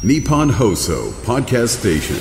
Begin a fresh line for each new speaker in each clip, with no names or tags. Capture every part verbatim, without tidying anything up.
Nippon Hoso Podcast Station。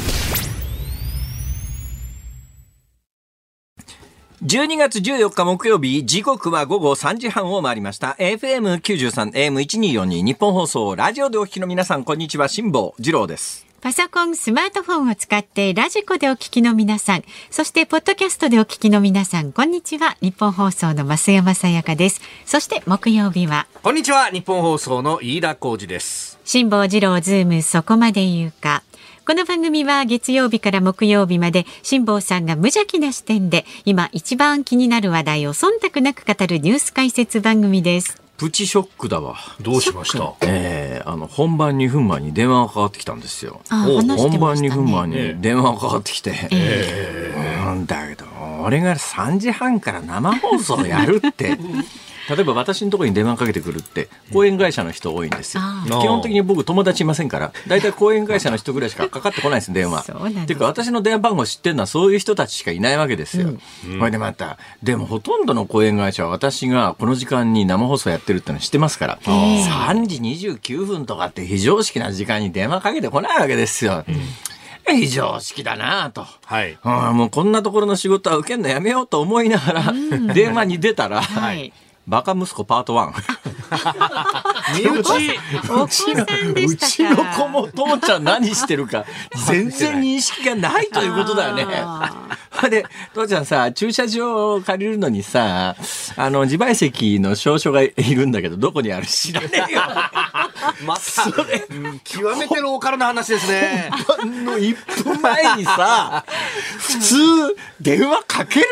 じゅうにがつじゅうよっか木曜日、時刻は午後さんじはんを回りました。エフエムきゅうじゅうさん、エーエムせんにひゃくよんじゅうに 日本放送、ラジオでお聞きの皆さん、こんにちは、辛坊治郎です。
パソコン、スマートフォンを使ってラジコでお聞きの皆さん、そしてポッドキャストでお聞きの皆さん、こんにちは。日本放送の増山さやかです。そして木曜日は、
こんにちは。日本放送の飯田浩司です。
辛坊治郎ズームそこまで言うか。この番組は月曜日から木曜日まで辛坊さんが無邪気な視点で今一番気になる話題を忖度なく語るニュース解説番組です。
プチショックだわ。
どうしました？
えー、あの本番にふんまえに電話がかかってきたんですよ。
ああ、話してましたね。
本番にふんまえに電話がかかってきて、
え
ーうん、だけど俺がさんじはんから生放送やるって例えば私のところに電話かけてくるって講演会社の人多いんですよ。基本的に僕友達いませんからだいたい講演会社の人ぐらいしかかかってこないです電話。っていうか私の電話番号知ってるのはそういう人たちしかいないわけですよ。うん、これでまたでもほとんどの講演会社は私がこの時間に生放送やってるっての知ってますから、さんじにじゅうきゅうふんとかって非常識な時間に電話かけてこないわけですよ。うん非常識だなと、はいうん、もうこんなところの仕事は受けるのやめようと思いながら、うん、電話に出たら、はい、バカ息子パートワン
身内
お子さんで
う
したか。
ちの子も父ちゃん何してるか全然認識がないということだよね。で父ちゃんさ駐車場を借りるのにさあの自賠責の証書がいるんだけどどこにある知らねえよ
またそれ、うん、極めてローカルな話ですね。
本番のいっぷんまえにさ普通電話かける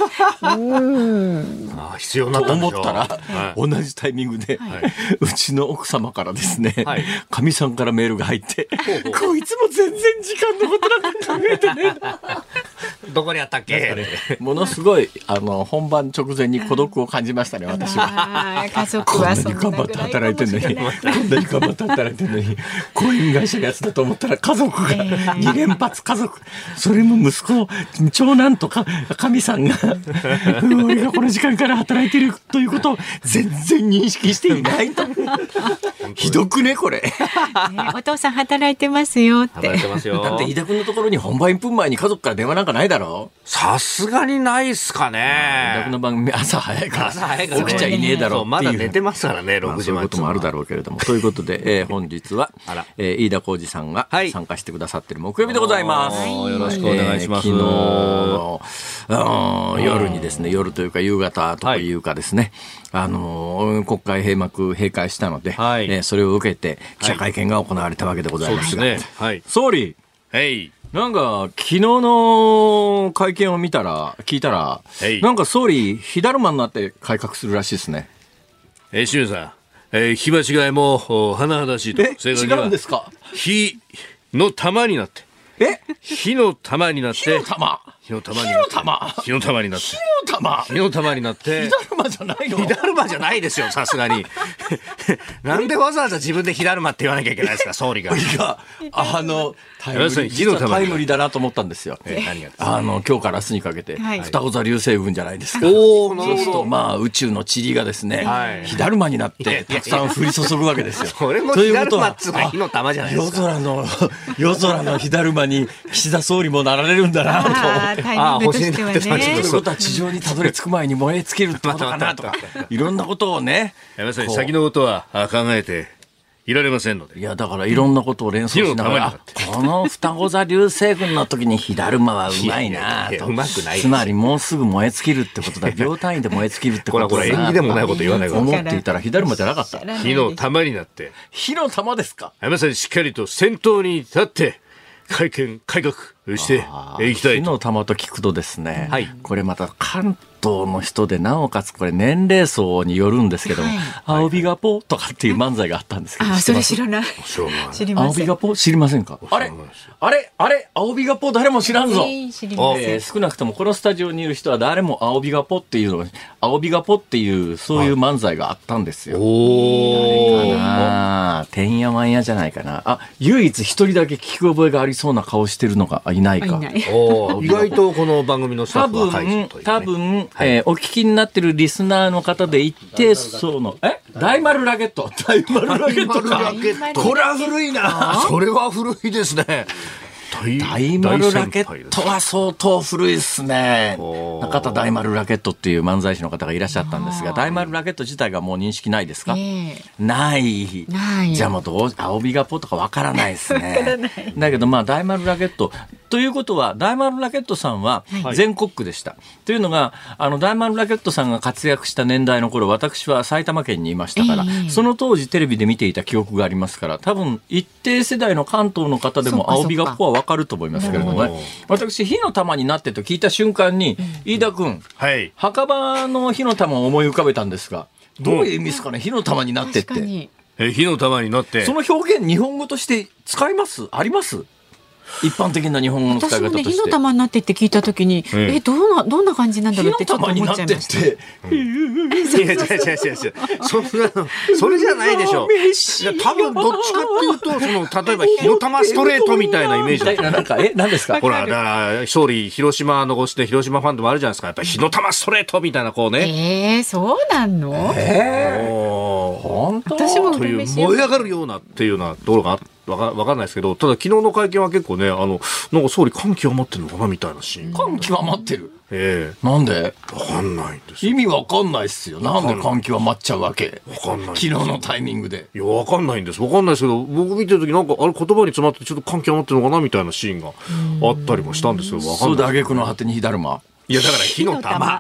うんあ必要になったんでしょ
と思ったら、はい、同じタイミングで、はい、うちの奥様からですねかみ、はい、さんからメールが入ってこいつも全然時間のことなんか考えてねえ
どこにあったっけ、
ね、ものすごいあの本番直前に孤独を感じましたね私は。
家族はそんな
こんなに頑張って働いてんのにこんなに頑張って働いてんのに講演会社のやつだと思ったら家族がに連発家族それも息子長男とかかみさんが俺がこの時間から働いてるということを全然認識していないとひどくねこれ、ね、
お父さん働いてますよって
働いてますよ。
だって飯田君のところに本番いっぷんまえに家族から電話なんかないだろ。
さすがにないっすかね。
飯田君の番組朝早いから
朝早いから、ね、
起きちゃいねえだろうっていう
まだ寝てますからねろくじまで、
まあ、そういうこともあるだろうけれどもということで、えー、本日は、えー、飯田浩司さんが参加してくださっている木曜日でございます、
はい、よろしくお願いします、
えー、昨日の夜にですね夜というか夕方というかですね、はい、あのー、国会閉幕閉会したので、はいえー、それを受けて記者会見が行われたわけでございますが、はいそうですねはい、総理、
はい、
なんか昨日の会見を見たら聞いたら、はい、なんか総理火だるまになって改革するらしいですね。
えー、清水さん、えー、聞き間違いも甚だしいと。
え違うんですか。
火の玉になって
え
火の玉になって
火の玉
火の玉になって火の玉になって
火の玉
火の玉になって
火だるまじゃないの。
火だるまじゃないですよさすがになんでわざわざ自分で火だるまって言わなきゃいけないですか総理が。いや
あのタイムリー実はタイムリーだなと思ったんですよ。え何がですか。あの今日から明日にかけて、はい、双子座流星群じゃないですか。おーそうするとまあ宇宙の塵がですね、はい、火だるまになってたくさん降り注ぐわけですよ。
それも火だるまっつうか火の玉じゃないですか。
夜空の夜空の火だるまに岸田総理もなられるんだなと思って。
タイミングとしてはね。
そういうことは地上にたどり着く前に燃え尽きるってことかなとかいろんなことをね
まさに先のことは考えていられませんので。
いやだからいろんなことを連想しながら、うん、この双子座流星群の時に火だるまはうまいなと。
うまくない
つまりもうすぐ燃え尽きるってことだ秒単位で燃え尽きるってことだな。
これこれ縁起でもないこと言わないから
思っていたら火だるまじゃなかった。
火の玉になって
火の玉ですか。
まさにしっかりと先頭に立って会見改革していきたい。
火の玉と聞くとですね、はい、これまた関東の人でなおかつこれ年齢層によるんですけども、はい、青ビガポとかっていう漫才があったんですけど、
あそれ知らない知りません。
青ビガポ知りませんか。あれあれあれ青ビガポ誰も知らんぞ、えー知りません。えー、少なくともこのスタジオにいる人は誰も青ビガポっていうの青ビガポっていうそういう漫才があったんですよ。お誰かなてんやわんやじゃないかなあ唯一一人だけ聞き覚えがありそうな顔してるのがいないか。
いないお意外とこの番組のスタッフは
多分多分はい、えー、お聞きになってるリスナーの方で一定層のえ大丸ラケット大丸ラケットかこれは古いな
それは古いですね。
大丸ラケットは相当古いですね。中田大丸ラケットっていう漫才師の方がいらっしゃったんですが、大丸ラケット自体がもう認識ないですか？えー、ないないじゃあもうどう青ビガポとかわからないですねだけどまあ大丸ラケットということは大丸ラケットさんは全国区でした、はい、というのがあの大丸ラケットさんが活躍した年代の頃私は埼玉県にいましたから、えー、その当時テレビで見ていた記憶がありますから多分一定世代の関東の方でも青ビガポはわかると思いますけれどもね、私火の玉になってと聞いた瞬間に、うん、飯田君、はい、墓場の火の玉を思い浮かべたんですがどういう意味ですかね、うん、火の玉になってって
え火の玉になって
その表現日本語として使いますあります一般的な日本語の使い方として。私もね
火の玉になってって聞いたときに、ええどんなどんな感じなんだろうってちょっと思っちゃいました。い
や違う違う違う違うそんなそれじゃないでしょ。いや多分どっちかっていうとその例えば火の玉ストレートみたいなイメージだ。
なんかえ何ですか。
ほらだから勝利広島のごして広島ファンでもあるじゃないですか。やっぱり火の玉ストレートみたいなこうね。
えー、そうなんの？
えー、本当。
私も
という燃え上がるようなっていうようなところがあって。わか、わかんないですけど、ただ昨日の会見は結構ね、あの、なんか総理感極まってるのかなみたいなシーン。
感極まってる。
ええー。
なんで？
わかんないんですよ。
意味わかんないっすよ。なんで感極まっちゃうわけ？
わかんない。
昨日のタイミングで。
いや、わかんないんです。わかんないですけど、僕見てるときなんか、あれ言葉に詰まってちょっと感極まってるのかなみたいなシーンがあったりもしたんですよ。わかんない。
そうで挙句の果てに火だるま。
いや、だから火の玉。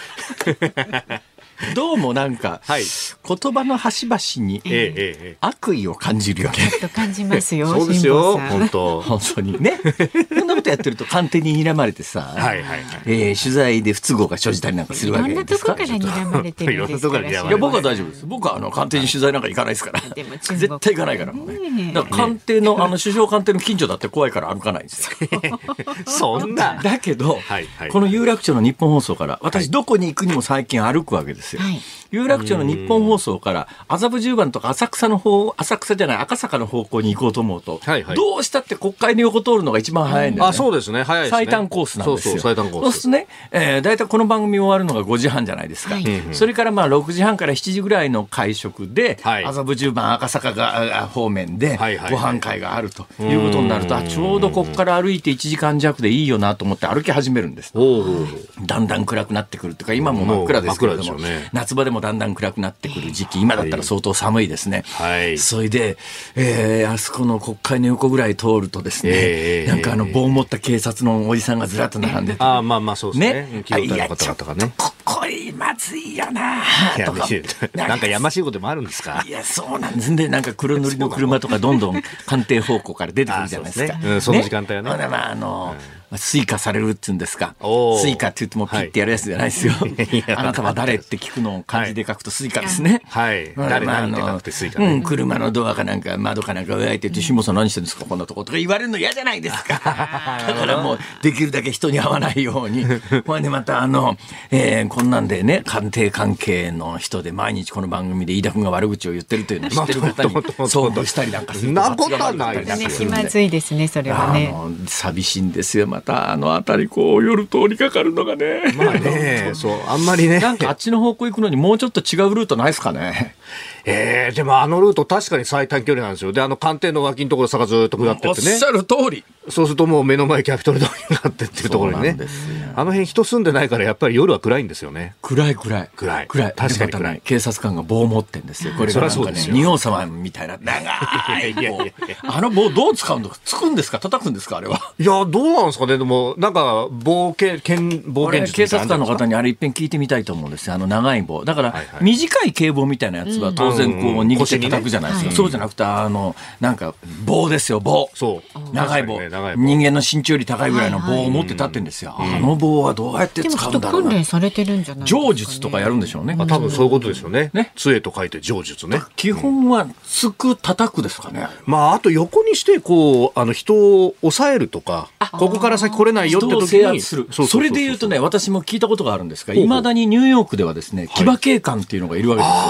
どうもなんか、はい、言葉の端々に悪意を感じるよね。
と感じますよ。
そうですよ。本当。
本当にね。こんなことやってると官邸に睨まれてさ、はいはいはいえー、取材で不都合が生じたりなんかするわけですか。
いろんなとこから睨まれてるんですから。い
や僕は大丈夫です。僕はあの官邸に取材なんか行かないですから。でも絶対行かないからもうね。だから官邸のあの首相官邸の近所だって怖いから歩かないんですよ。
そんな。
だけど、はいはい、この有楽町の日本放送から私どこに行くにも最近歩くわけですよ。はい、有楽町の日本放送から麻布十番とか浅草の方浅草じゃない赤坂の方向に行こうと思うと、はいはい、どうしたって国会の横通るのが一番早いんだよね。
あそうですね早いですね。
最短コースなんですよ。
そうそう最短コース。
そうするとね、えー、だいたいこの番組終わるのがごじはんじゃないですか、はい、それからまあろくじはんからしちじぐらいの会食で、はい、麻布十番赤坂が方面でご飯会があるということになると、はいはいはい、ちょうどここから歩いていちじかん弱でいいよなと思って歩き始めるんです。おだんだん暗くなってくるというか今も真っ暗ですけれども、ね、夏場でもだんだん暗くなってくる時期、今だったら相当寒いですね、はい、それで、えー、あそこの国会の横ぐらい通るとですね、えー、なんかあの棒を持った警察のおじさんがずらっと並んでて、
あまあまあそうですね、ね
いやちょっとこれまずいよなとか
なんかやましいこともあるんですか。
いやそうなんですね。なんか黒塗りの車とかどんどん官邸方向から出てくるじゃないですか。
そ, ねうん、その時間帯はね。
ねまああのうんスイカされるって言うんですか。スイカって言ってもピッてやるやつじゃないですよ、はい、あなたは誰って聞くのを漢字で書くとスイカですね。
はい、はい、誰なんて書くとスイカ、ね
うん、車のドアかなんか窓かなんか開いてて辛坊さん何してるんですかこんなとことか言われるの嫌じゃないですか。だからもうできるだけ人に会わないようにこれでまたあの、えー、こんなんでね官邸関係の人で毎日この番組で飯田君が悪口を言ってるというのを知ってる方に相当したりなんかすると
そんなことはないですよ
ね。気まずいですねそれはね。
あの寂しいんですよまたあの辺りこう夜通りかかるのがね。
まあねそうあんまりね
なんかあっちの方向行くのにもうちょっと違うルートないですかね。
えー、でもあのルート確かに最短距離なんですよ。であの官邸の脇のところ坂ずっと下ってってね。
おっしゃる通り。
そうするともう目の前キャピトル通りがあってっていうところにね。あの辺人住んでないからやっぱり夜は暗いんですよね。
暗い暗い
暗い
暗い
確かに暗い。
警察官が棒を持ってんですよ。これがなんかね仁王様みたいな長い棒。あの棒どう使うんですか。つくんですか叩くんですかあれは。
いやどうなんですかね。でもなんか棒剣棒剣術
警察官の方にあれ一遍聞いてみたいと思うんですよ。あの長い棒だから、はいはい、短い警棒みたいなやつは当然こう握って叩くじゃないですか、ねはい、そうじゃなくてあのなんか棒ですよ棒。そう長い棒、ね、長い棒人間の身長より高いぐらいの棒を持って立ってるんですよ、はいはい、あの棒はどうやって使うんだろうな。でもきっと訓練されてるんじゃないですかね。上術とかやるんでしょうね。
あ多分そういうことですよね。ね杖と書いて上術ね。
基本はつく叩くですかね。
まああと横にしてこうあの人を抑えるとかここから先来れないよって時に
人を制圧する。それで言うとね私も聞いたことがあるんですがいまだにニューヨークではですね騎馬警官っていうのがいるわけですよ。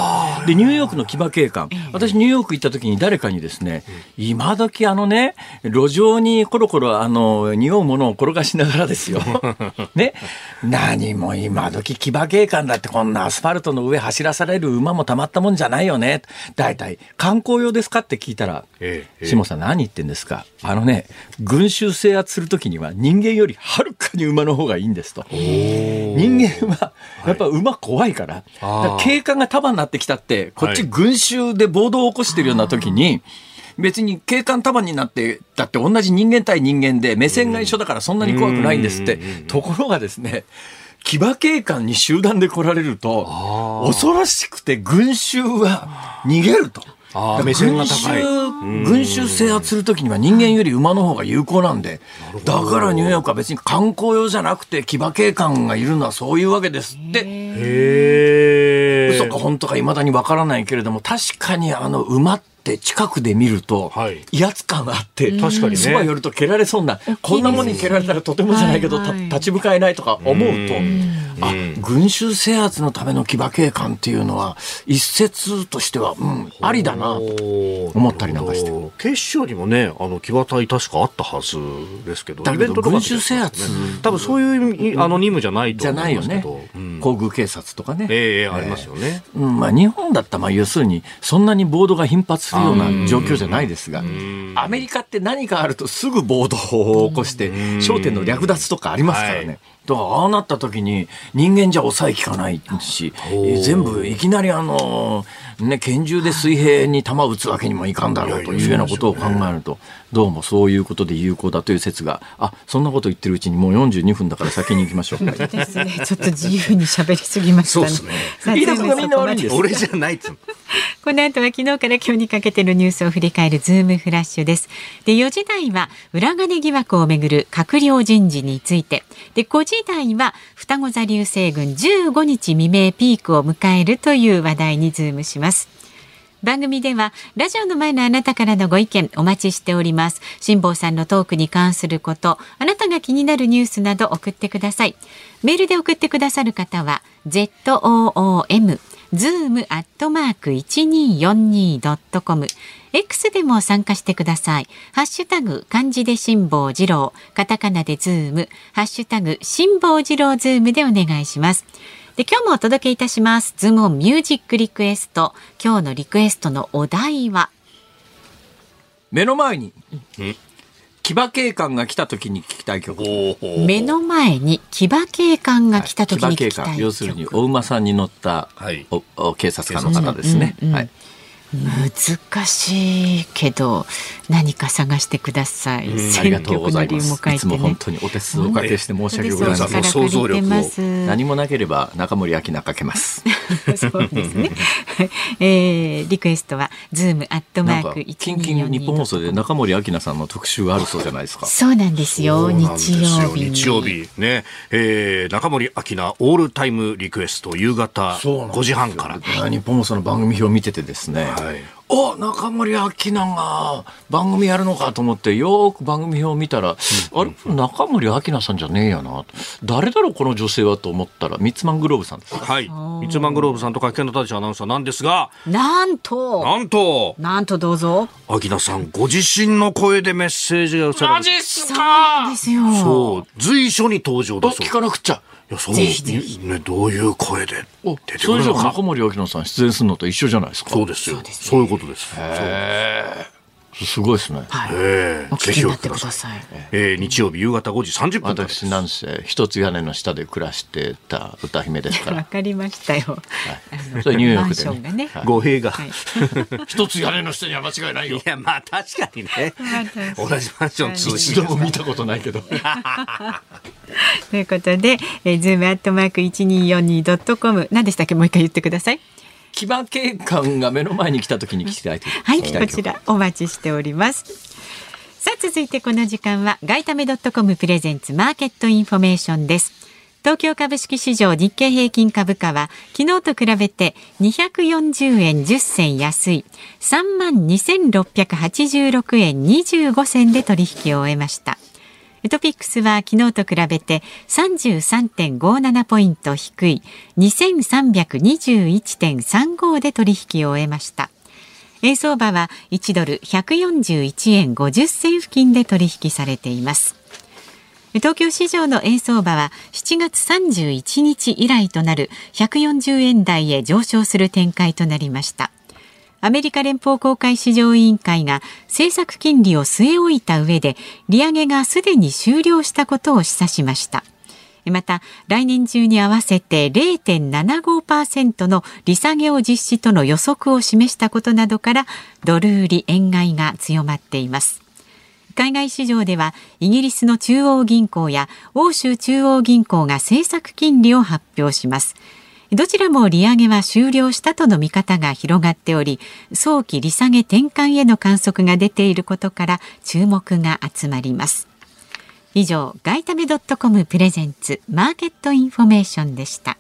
でニューヨークの騎馬警官、私ニューヨーク行った時に誰かにですね、今時あのね路上にコロコロあの匂うものを転がしながらですよね、何も今時騎馬警官だってこんなアスファルトの上走らされる馬もたまったもんじゃないよね。だいたい観光用ですかって聞いたら、ええ、下さん何言ってんですか、あのね群衆制圧する時には人間よりはるかに馬の方がいいんですと。人間はやっぱ馬怖いから、はい、だから警官が束になってきたってこっち群衆で暴動を起こしてるような時に、別に警官束になってだって同じ人間対人間で目線が一緒だからそんなに怖くないんですって。ところがですね、騎馬警官に集団で来られると恐ろしくて群衆は逃げると。あ目線が高い。群衆制圧するときには人間より馬の方が有効なんで、だからニューヨークは別に観光用じゃなくて騎馬警官がいるのはそういうわけですって。へー、嘘か本当か未だにわからないけれども、確かにあの馬って近くで見ると威圧感があって、確かにね、そば寄ると蹴られそうな、こんなものに蹴られたらとてもじゃないけど、はいはい、立ち向かえないとか思うと、あ、群衆制圧のための騎馬警官っていうのは一説としては、うん、ありだなと思ったりなんかして。
警視庁にもね、あの騎馬隊確かあったはずですけど、
だけど群衆制圧、
多分そういうあの任務じゃないと思いますけど、
じゃないよね、うん、航空警察とかね、
えー、ありますよね、
うん、まあ、日本だったらまあ要するにそんなに暴動が頻発するような状況じゃないですが、アメリカって何かあるとすぐ暴動を起こして商店の略奪とかありますからね、はい、だからああなった時に人間じゃ抑えきかないし、全部いきなりあの、ね、拳銃で水平に弾を撃つわけにもいかんだろうというようなことを考えると、どうもそういうことで有効だという説が、あ、そんなこと言ってるうちにもうよんじゅうにふんだから先に行きましょう。
本当ですね、ちょっと自由に喋りすぎましたね。そうですね。
飯田さんがみんな悪いんです。
俺じゃないっつう
この後は昨日から今日にかけてのニュースを振り返るズームフラッシュです。で、よじ台は裏金疑惑をめぐる閣僚人事について、でごじ台は双子座流星群じゅうごにち未明ピークを迎えるという話題にズームします。番組ではラジオの前のあなたからのご意見お待ちしております。辛坊さんのトークに関すること、あなたが気になるニュースなど送ってください。メールで送ってくださる方は ズーム ズーム アットマーク いちにーよんにー ドットコム X でも参加してください。ハッシュタグ漢字で辛坊治郎、カタカナでズーム、ハッシュタグ辛坊治郎ズームでお願いします。で、今日もお届けいたしますズームオンミュージックリクエスト。今日のリクエストのお題は、
目の前に騎馬警官が来た時に聞きたい曲。
目の前に騎馬警官が来た時に聞きたい曲、
はい、騎馬警官、要するにお馬さんに乗った、はい、おお警察官の方ですね、うんうんうん、はい、
難しいけど何か探してください。
うん、ありがとうございます。いつも本当にお手数をおかけして申し訳ございません。想像力を何もなければ中森明菜かけます。
そうですね。えー、リクエストはズームアットマークいちにーよんにー。
日本放送で中森明菜さんの特集があるそうじゃないですか。
そうなんですよ。日曜日に。
日曜日ね、えー、中森明菜オールタイムリクエスト夕方ごじはんから。
日本放送の番組表を見ててですね。はい、お、中森明菜が番組やるのかと思ってよーく番組表を見たら、うん、あれ中森明菜さんじゃねえやな、誰だろうこの女性はと思ったらミッツマングローブさんです。
はい、ミッツマングローブさんと柿原忠アナウンサーなんですが、
なんと
なんと
なんとどうぞ
明菜さんご自身の声でメッセージが寄せられて、
マジっすか。
そうですよ。
そう、随所に登場だそう。
聞かなくちゃ。
いや、そうぜひぜひ、ね、どういう声で出てくるのか。
それじゃ中森明菜さん出演するのと一緒じゃないですか。
そうですよ。そうですね、そういうことです。
へー、すごいですね。
はい、
えー、
ぜひお聞きください。
えー、日曜日夕方ごじさんじゅっぷんです。
私なんせ一つ屋根の下で暮らしてた歌姫ですから。
わかりましたよ。はい、
それニューヨークでね。
ね、
はい、語弊が、はい、
一つ屋根の下には間違いないよ。
いや、まあ確かにね。同じマンション通
一度も見たことないけど。
ということで、えー、ズームアットマーク いちにーよんにー ドットコム 何でしたっけ、もう一回言ってください。
騎馬警官が目の前に来た時に聞きたいという、
はい、こちらお待ちしております。さあ、続いてこの時間はガイタメ .com プレゼンツマーケットインフォメーションです。東京株式市場日経平均株価は昨日と比べてにひゃくよんじゅうえんじゅっせん安い さんまんにせんろっぴゃくはちじゅうろくえんにじゅうごせんで取引を終えました。 トピックスは昨日と比べて さんじゅうさんてんごなな ポイント低い にせんさんびゃくにじゅういちてんさんご で取引を終えました。円相場はいちドルひゃくよんじゅういちえんごじゅっせん付近で取引されています。東京市場の円相場はしちがつさんじゅういちにち以来となるひゃくよんじゅうえん台へ上昇する展開となりました。アメリカ連邦公開市場委員会が政策金利を据え置いた上で利上げがすでに終了したことを示唆しました。また来年中に合わせて ゼロてんななごパーセント の利下げを実施との予測を示したことなどからドル売り円買いが強まっています。海外市場ではイギリスの中央銀行や欧州中央銀行が政策金利を発表します。どちらも利上げは終了したとの見方が広がっており、早期利下げ転換への観測が出ていることから注目が集まります。以上、外為 .com プレゼンツマーケットインフォメーションでした。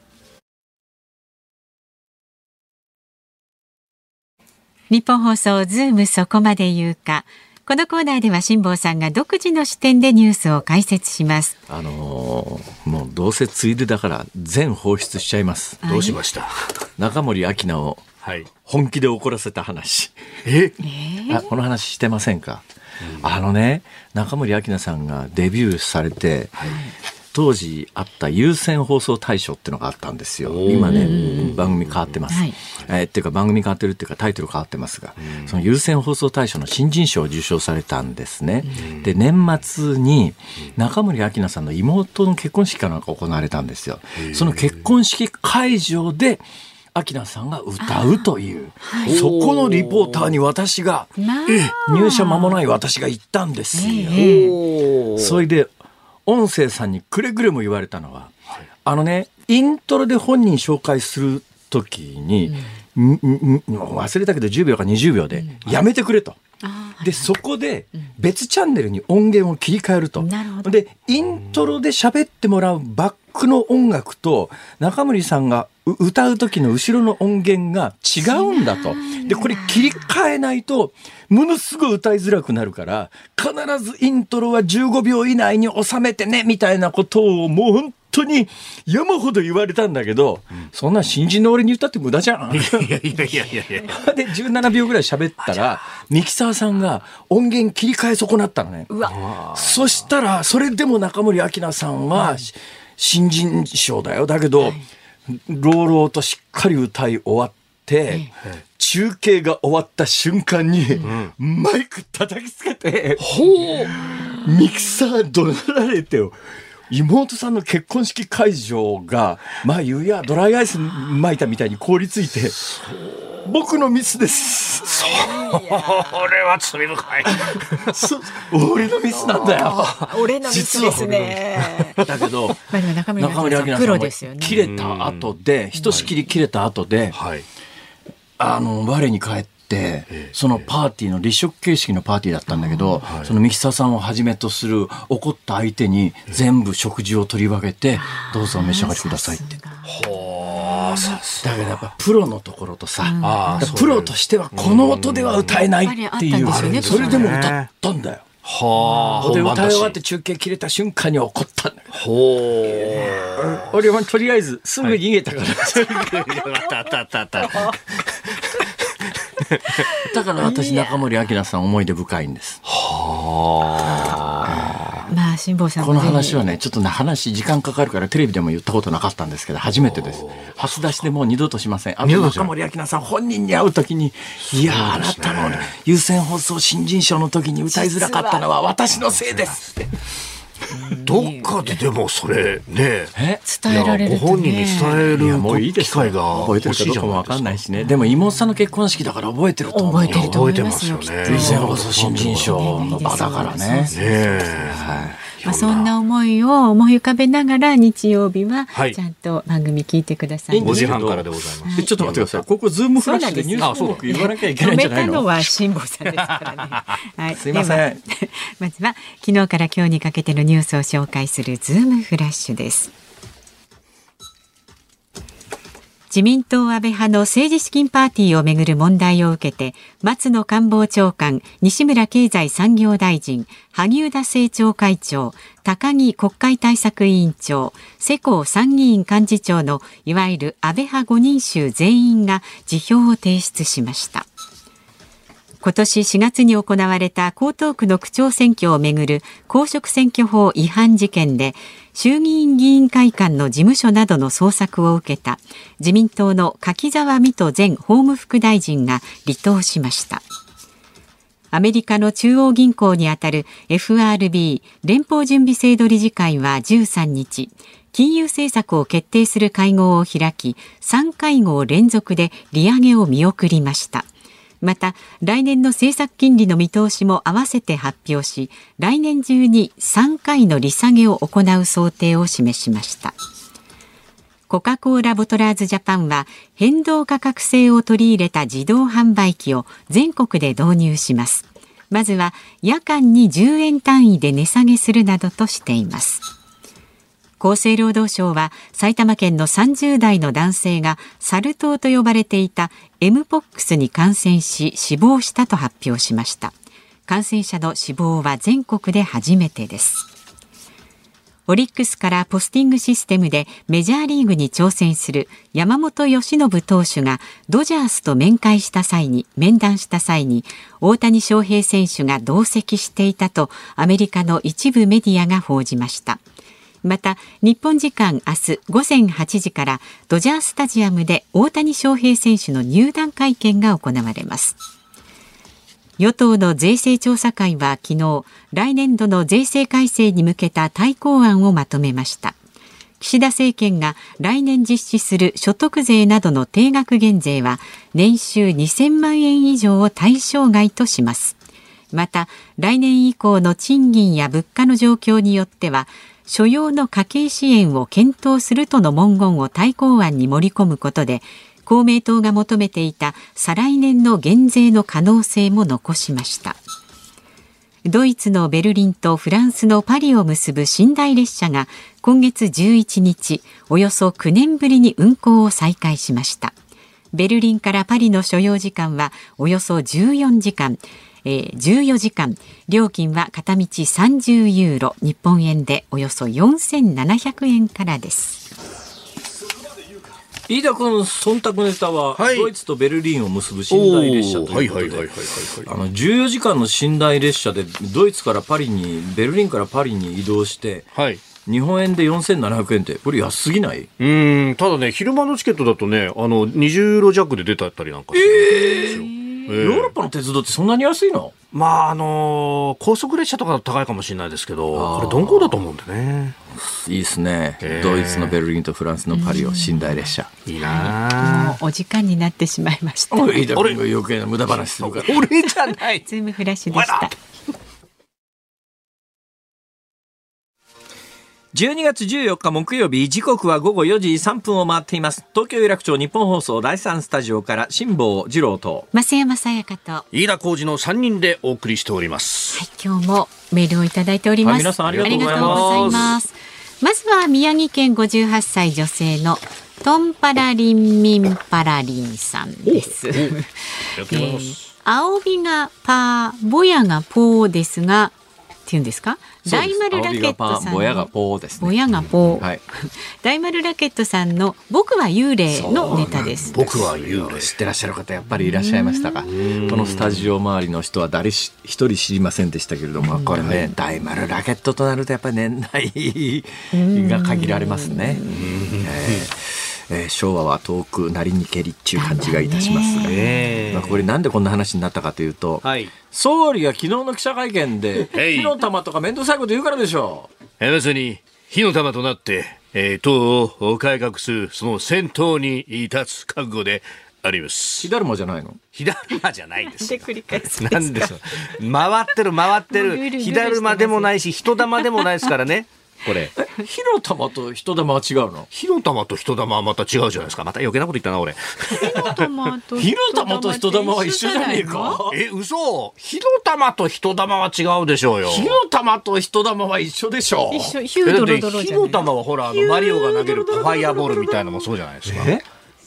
日本放送ズームそこまで言うか。このコーナーでは辛坊さんが独自の視点でニュースを解説します。
あのー、もうどうせついでだから全放出しちゃいます。
どうしました？
中森明菜を本気で怒らせた話。
え
あこの話してませんか？うん、あのね、中森明菜さんがデビューされて、はい、当時あった優先放送大賞っていうのがあったんですよ。今ね番組変わってます、はい、えー、っていうか番組変わってるっていうかタイトル変わってますが、その優先放送大賞の新人賞を受賞されたんですね。で年末に中森明菜さんの妹の結婚式かなんか行われたんですよ。その結婚式会場で明菜さんが歌うという、はい、そこのリポーターに私が入社間もない私が行ったんですよ。それで音声さんにくれぐれも言われたのは、はい、あのねイントロで本人紹介するときに、うん、んん忘れたけどじゅうびょうかにじゅうびょうでやめてくれと、うん、でそこで別チャンネルに音源を切り替えると、うん、でイントロで喋ってもらうバックの音楽と中森さんが歌う時の後ろの音源が違うんだと。でこれ切り替えないとものすごい歌いづらくなるから必ずイントロはじゅうごびょう以内に収めてねみたいなことをもう本当に山ほど言われたんだけど、うん、そんな新人の俺に言ったって無駄じゃん。いやいやいやいやいやでじゅうななびょうぐらい喋ったらミキサーさんが音源切り替え損なったのね。うわそしたらそれでも中森明菜さんは新人賞だよ。だけど、はい、朗々としっかり歌い終わって、はい、中継が終わった瞬間に、うん、マイク叩きつけて、うん、ミキサー怒鳴られてよ。妹さんの結婚式会場がまあ言うやドライアイス巻いたみたいに凍りついて僕のミスです。
それは罪深い。
俺のミスなんだよ。
俺のミスですね。
だけど中森明菜さんも切れた後でひとしきり切れた後で、はい、あの我に返ってでそのパーティーの立食形式のパーティーだったんだけど、はい、そのミキサーさんをはじめとする怒った相手に全部食事を取り分けてどうぞお召し上がりくださいって。はあ、だからやっぱプロのところとさ、うん、あプロとしてはこの音では歌えないっていう、うん、それでも歌ったんだよ。はあ、で歌い終わって中継切れた瞬間に怒ったんだけど、ほー俺はとりあえずすぐ逃げたから、はいだから私中森明菜さん思い出深いんです。は
あ、まあ辛坊さん
この話はねちょっと話時間かかるからテレビでも言ったことなかったんですけど初めてです。初出しでもう二度としません。あの中森明菜さん本人に会うときにいやあなたの優先放送新人賞の時に歌いづらかったのは私のせいですって
どっかででもそれね
伝えられるとね、
ご本人に伝える機会が
覚えてるかどうかも分かんないしね。でも妹さんの結婚式だから覚えてると思う。
覚えてると思いますよ。
覚えてますよね。
優先放送新人賞の場だからね。
まあ、そんな思いを思い浮かべながら日曜日はちゃんと番組聞いてください、ね。
ごじはんからでございます。
はい、ちょっと待ってください。ここズームフラッシュでニュース項目言わなきゃいけないんじゃないの。
止めたのは辛坊さんですからね。はい、
すいません。
まずは昨日から今日にかけてのニュースを紹介するズームフラッシュです。 自民党安倍派の政治資金パーティーをめぐる問題を受けて、松野官房長官、西村経済産業大臣、萩生田政調会長、高木国会対策委員長、世耕参議院幹事長のいわゆる安倍派ご人衆全員が辞表を提出しました。今年しがつに行われた江東区の区長選挙をめぐる公職選挙法違反事件で、衆議院議員会館の事務所などの捜索を受けた自民党の柿沢未途前法務副大臣が離党しました。アメリカの中央銀行にあたる エフアールビー 連邦準備制度理事会はじゅうさんにち、金融政策を決定する会合を開き、さんかいごう連続で利上げを見送りました。また来年の政策金利の見通しも合わせて発表し、来年中にさんかいの利下げを行う想定を示しました。コカ・コーラボトラーズジャパンは変動価格制を取り入れた自動販売機を全国で導入します。まずは夜間にじゅうえん単位で値下げするなどとしています。厚生労働省は埼玉県のさんじゅうだいの男性がサル痘と呼ばれていた エムポックス に感染し死亡したと発表しました。感染者の死亡は全国で初めてです。オリックスからポスティングシステムでメジャーリーグに挑戦する山本由伸投手がドジャースと面会した際に面談した際に大谷翔平選手が同席していたとアメリカの一部メディアが報じました。また日本時間明日ごぜんはちじからドジャースタジアムで大谷翔平選手の入団会見が行われます。与党の税制調査会は昨日、来年度の税制改正に向けた大綱案をまとめました。岸田政権が来年実施する所得税などの定額減税は年収にせんまんえん以上を対象外とします。また来年以降の賃金や物価の状況によっては所要の家計支援を検討するとの文言を大綱案に盛り込むことで、公明党が求めていた再来年の減税の可能性も残しました。ドイツのベルリンとフランスのパリを結ぶ寝台列車が今月じゅういちにち、およそきゅうねんぶりに運行を再開しました。ベルリンからパリの所要時間はおよそじゅうよじかん。えー、じゅうよじかん、料金は片道さんじゅうユーロ、日本円でおよそよんせんななひゃくえんからです。
飯田君、忖度ネタは、はい、ドイツとベルリンを結ぶ寝台列車ということで、じゅうよじかんの寝台列車でドイツからパリにベルリンからパリに移動して、はい、日本円でよんせんななひゃくえんってこれ安すぎない？
うーん、ただね、昼間のチケットだとね、あのにじゅうユーロ弱で出たったりなんかするんですよ。えー
ヨーロッパの鉄道ってそんなに安いの？
まああのー、高速列車とかだと高いかもしれないですけど、これ鈍行だと思うんでね。
いいですね、えー、ドイツのベルリンとフランスのパリを寝台列車、
いいな。
もうお時間になってしまいました。
おい、だから余計な無駄話するから
俺じゃない
ズームフラッシュでした。
じゅうにがつじゅうよっか木曜日、時刻はごごよじさんぷんを回っています。東京有楽町日本放送だいさんスタジオから辛坊治郎と
増山さやかと
飯田浩司のさんにんでお送りしております。
はい、今日もメールをいただいております。はい、
皆さんありがとうございます。
ます。まずは宮城県ごじゅうはっさい女性のトンパラリンミンパラリンさんです。えー、青帯がパー、ボヤがポーですが、っていうんですか？大丸ラケットさんの
ボヤがポーですね。
ボヤがポー、
はい、
大丸ラケットさんの僕は幽霊のネタです。
僕は幽霊、
知ってらっしゃる方やっぱりいらっしゃいましたか？このスタジオ周りの人は誰一人知りませんでしたけれども、これね、大丸ラケットとなるとやっぱり年代が限られますね。えー、昭和は遠くなりにけりっていう感じがいたしますが、ね、まあ、これなんでこんな話になったかというと、はい、総理が昨日の記者会見で火の玉とか面倒くさいこと言うからでしょう。
まさに火の玉となって、えー、党を改革するその先頭に立つ覚悟であります。
火だるまじゃないの？
火だるまじゃないですよ。
で繰り返す
なんですよ。回ってる回ってる火だるまでもないし人玉でもないですからね。これ
火の玉と人玉は違うの？
火の玉と人玉はまた違うじゃないですか。また余計なこと言ったな俺。
火の玉と
火の玉と人玉は一緒じゃねえか？
え、嘘？火の玉と人玉は違うでしょうよ。
火の玉と人玉は一緒でしょう。
一緒。ヒュードロドロじゃねえ。
火の玉はほらあのマリオが投げるファイアボールみたいなのもそうじゃないですか。え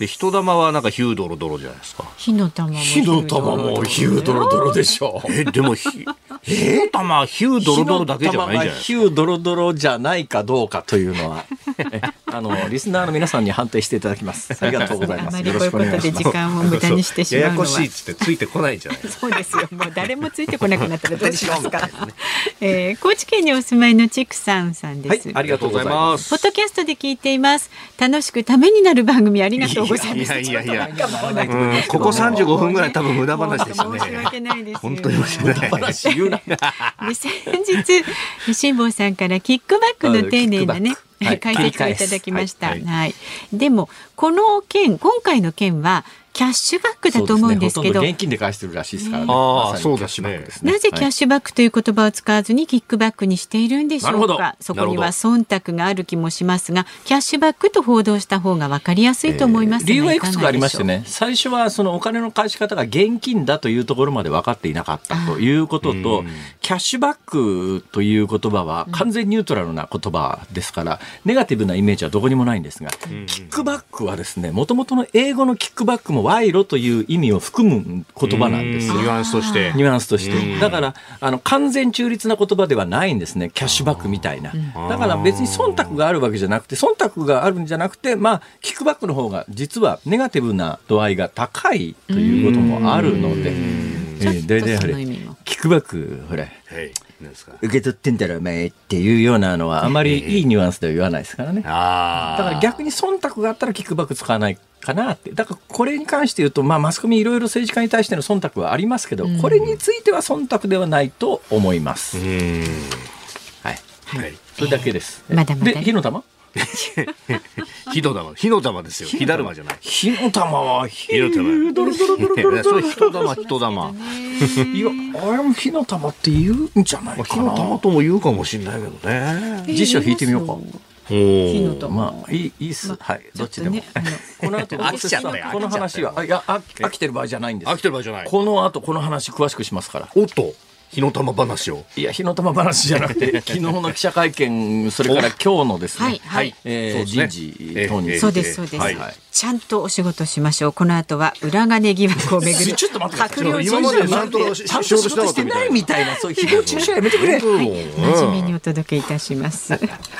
で人玉はなんかヒュードロドロじゃないですか。
火の玉も
火の玉もヒュードロドロでしょ。
えでも火の玉はヒュードロドロだけじゃないじゃないですか。
ヒュードロドロじゃないかどうかというのはあのリスナーの皆さんに判定していただきます。ありがとうございます。
あまりこういうことで時間を無駄にしてしまうのは
ややこしいっつってついてこないじゃないですか。
そうですよ。もう誰もついてこなくなったらどうしますか。えー、高知県にお住まいのちくさんさんです、
はい、ありがとうございます。
ポッドキャストで聞いています。楽しくためになる番組ありがとうございます。
いやいやいやいや、うん、ここさんじゅうごふんぐらい多分無駄話でしたね。
申し訳ないです。
本当に申し訳ない。
話言うな。
で先日辛坊さんからキックバックの丁寧なね、はい、解説をいただきました。はいはい、でもこの件、今回の件はキャッシュバックだと思うんですけど、
そうですね、ほとんど現金で返してるらしいですからね。
ああ、そうですね。
なぜキャッシュバックという言葉を使わずにキックバックにしているんでしょうか。そこには忖度がある気もしますが、キャッシュバックと報道した方が分かりやすいと思います、
えー、理由はいくつかありましてね、最初はそのお金の返し方が現金だというところまで分かっていなかったということと、キャッシュバックという言葉は完全ニュートラルな言葉ですから、ネガティブなイメージはどこにもないんですが、キックバックはですね、もともとの英語のキックバックも賄賂という意味を含む言葉なんですよ。
ニュアンスとして
ニュアンスとしてだからあの完全中立な言葉ではないんですね、キャッシュバックみたいな。だから別に忖度があるわけじゃなくて、忖度があるんじゃなくて、まあ、キックバックの方が実はネガティブな度合いが高いということもあるので、大体ほれキックバックほら、受け取ってんだろお前っていうようなのはあまりいいニュアンスでは言わないですからね。あだから逆に忖度があったらキックバック使わないかなって。だからこれに関して言うと、まあ、マスコミいろいろ政治家に対しての忖度はありますけど、これについては忖度ではないと思います。うん、はい、はい、それだけです。
まだまだ
で火の玉
火の玉、火の玉ですよ。火だるまじゃない。
火の玉は火の玉。
ドロドロドロドロドロ。人玉、人玉。
いや、あれも火の玉って言うんじゃないかな。
火の玉とも言うかもしれないけどね。
辞書引いてみようか。
火の玉、
まあ、いい、いいっす。まあ、はい、どっちでも。
ね、
この後、
飽きちゃったよ。
この話は、あ、いや、あ、飽きてる場合じゃないんです。
飽きてる場合じゃない。
この後、この話詳しくしますから。
おっと。火の玉話を。
いや、火の玉話じゃなくて昨日の記者会見、それから今日のですね、はいはい、えー、人事等に、
そうですそうです、はい、ちゃんとお仕事しましょう。この後は裏金疑惑をめぐる
ちょっと待って
閣僚
今までちゃんと
仕事してないみたいな、そういう誹謗中傷やめてくれ。はい、
真面目にお届けいたします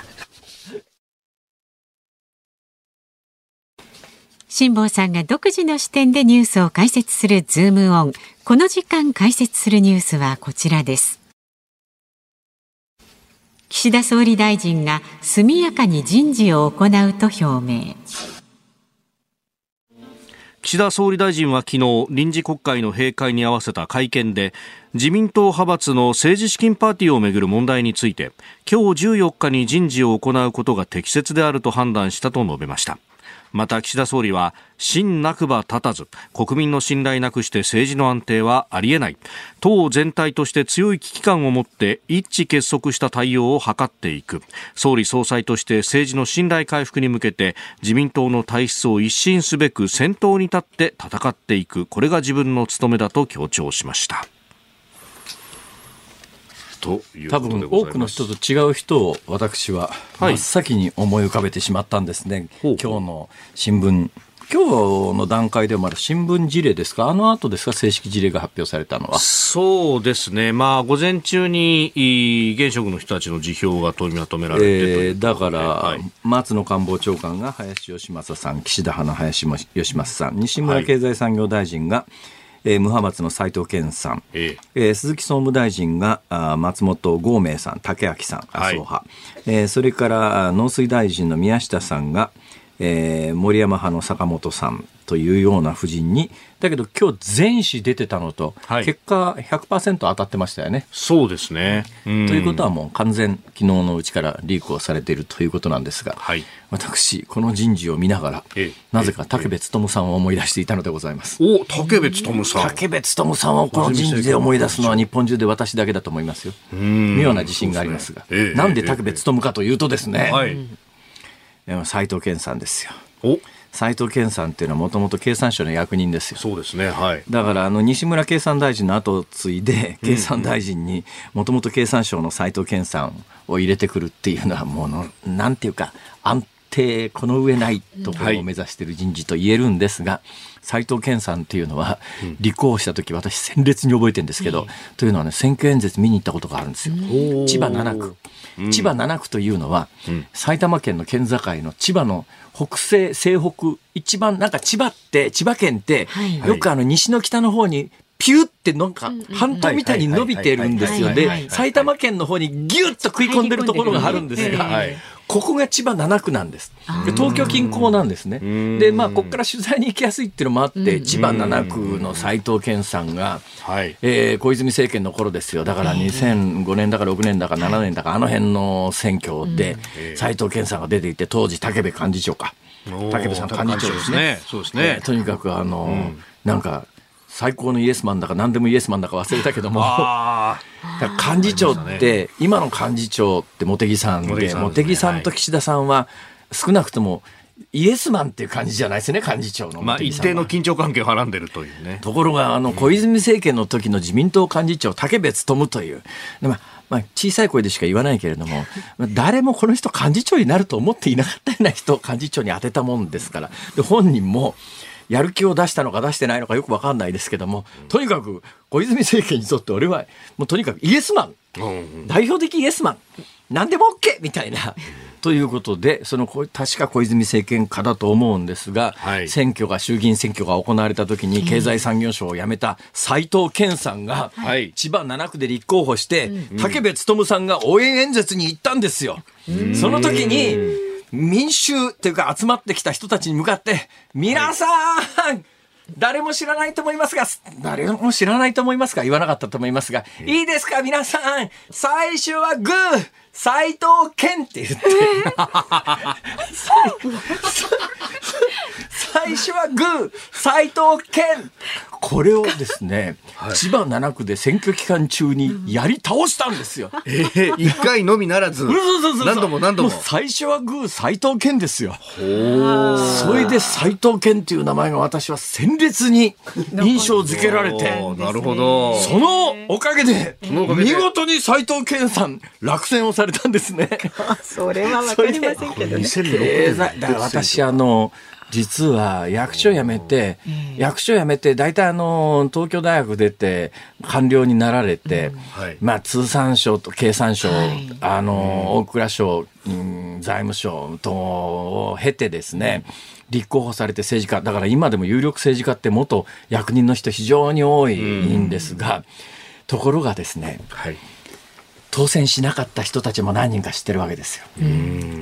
辛坊さんが独自の視点でニュースを解説するズームオン。この時間解説するニュースはこちらです。岸田総理大臣が速やかに人事を行うと表明。
岸田総理大臣は昨日臨時国会の閉会に合わせた会見で、自民党派閥の政治資金パーティーをめぐる問題について、今日じゅうよっかに人事を行うことが適切であると判断したと述べました。また岸田総理は、信なくば立たず、国民の信頼なくして政治の安定はありえない。党全体として強い危機感を持って一致結束した対応を図っていく。総理総裁として政治の信頼回復に向けて、自民党の体質を一新すべく先頭に立って戦っていく。これが自分の務めだと強調しました。
多分多くの人と違う人を私は真っ先に思い浮かべてしまったんですね、はい、今日の新聞、今日の段階ではまだ新聞事例ですか、あの後ですか、正式事例が発表されたのは。
そうですね、まあ、午前中に現職の人たちの辞表が取りまとめられて、えー、
だから、はい、松野官房長官が林芳正さん、岸田派の林芳正さん、西村経済産業大臣が、はいえー、無派閥の斉藤健さん、えええー、鈴木総務大臣があ松本剛明さん、竹明さん、麻生派、はいえー、それから農水大臣の宮下さんが、えー、森山派の坂本さんというような布陣に、だけど今日全紙出てたのと、はい、結果 ひゃくパーセント 当たってましたよね。
そうですね。
うんということはもう完全昨日のうちからリークをされているということなんですが、はい、私この人事を見ながらなぜか武部勉さんを思い出していたのでございます。
お武部勉さん
武部勉さんをこの人事で思い出すのは日本中で私だけだと思いますよ。妙な自信がありますが、ねええ、なんで武部勉かというとですね、はい、斉藤健さんですよ。お斉藤健さんっていうのはもともと経産省の役人ですよ。
そうですね、はい、
だからあの西村経産大臣の後を継いで経産大臣にもともと経産省の斉藤健さんを入れてくるっていうのはもうのなんていうか安底この上ないところを目指している人事と言えるんですが、斉藤健さんっていうのは立候補した時私鮮烈に覚えてるんですけど、うん、というのはね選挙演説見に行ったことがあるんですよ。千葉なな区、うん、千葉なな区というのは、うん、埼玉県の県境の千葉の北西西北一番なんか千葉って千葉県って、はい、よくあの西の北の方にピューってなんか半島みたいに伸びてるんですよ。で埼玉県の方にギュッと食い込んでるところがあるんですが、ここが千葉なな区なんです。で東京近郊なんですね。でまあここから取材に行きやすいっていうのもあって千葉なな区の斉藤健さんが、えー、小泉政権の頃ですよ。だからにせんごねんだかろくねんだかななねんだかあの辺の選挙で斉藤健さんが出ていて、当時武部幹事長か武部さん幹事長ですね。そうですね。とにかくあの、うん、なんか最高のイエスマンだか何でもイエスマンだか忘れたけども幹事長って今の幹事長って茂木さんで茂木さんと岸田さんは少なくともイエスマンっていう感じじゃないですね。幹事長の
まあ一定の緊張関係をはらんでるというね。
ところがあの小泉政権の時の自民党幹事長武部勉という、まあまあ、小さい声でしか言わないけれども誰もこの人幹事長になると思っていなかったような人を幹事長に当てたもんですから。で本人もやる気を出したのか出してないのかよく分かんないですけども、とにかく小泉政権にとって俺はもうとにかくイエスマン、代表的イエスマン何でも OK みたいなということで、その確か小泉政権下だと思うんですが、はい、選挙が衆議院選挙が行われた時に経済産業省を辞めた斉藤健さんが、はい、千葉なな区で立候補して、うん、武部勉さんが応援演説に行ったんですよ。その時に民衆っていうか集まってきた人たちに向かって皆さん、はい、誰も知らないと思いますが誰も知らないと思いますが言わなかったと思いますが、うん、いいですか皆さん最初はグー斉藤健って言って最初はグー斉藤健、これをですね、はい、千葉なな区で選挙期間中にやり倒したんですよ。
えー、いっかいのみならず何度も何度も。
もう最初はグー斉藤健ですよ。それで斉藤健っていう名前が私は鮮烈に印象付けられて、
なるほど、
そのおかげで見事に斉藤健さん落選をされたんですね。
それは分かりませんけどね。
経済だから私あの実は役所辞めて、うん、役所辞めて大体あの東京大学出て官僚になられて、うんはい、まあ通産省と経産省、はい、あの大蔵省、うん、財務省とを経てですね、立候補されて政治家だから今でも有力政治家って元役人の人非常に多いんですが、うん、ところがですね、はい、当選しなかった人たちも何人か知ってるわけですよ。うん、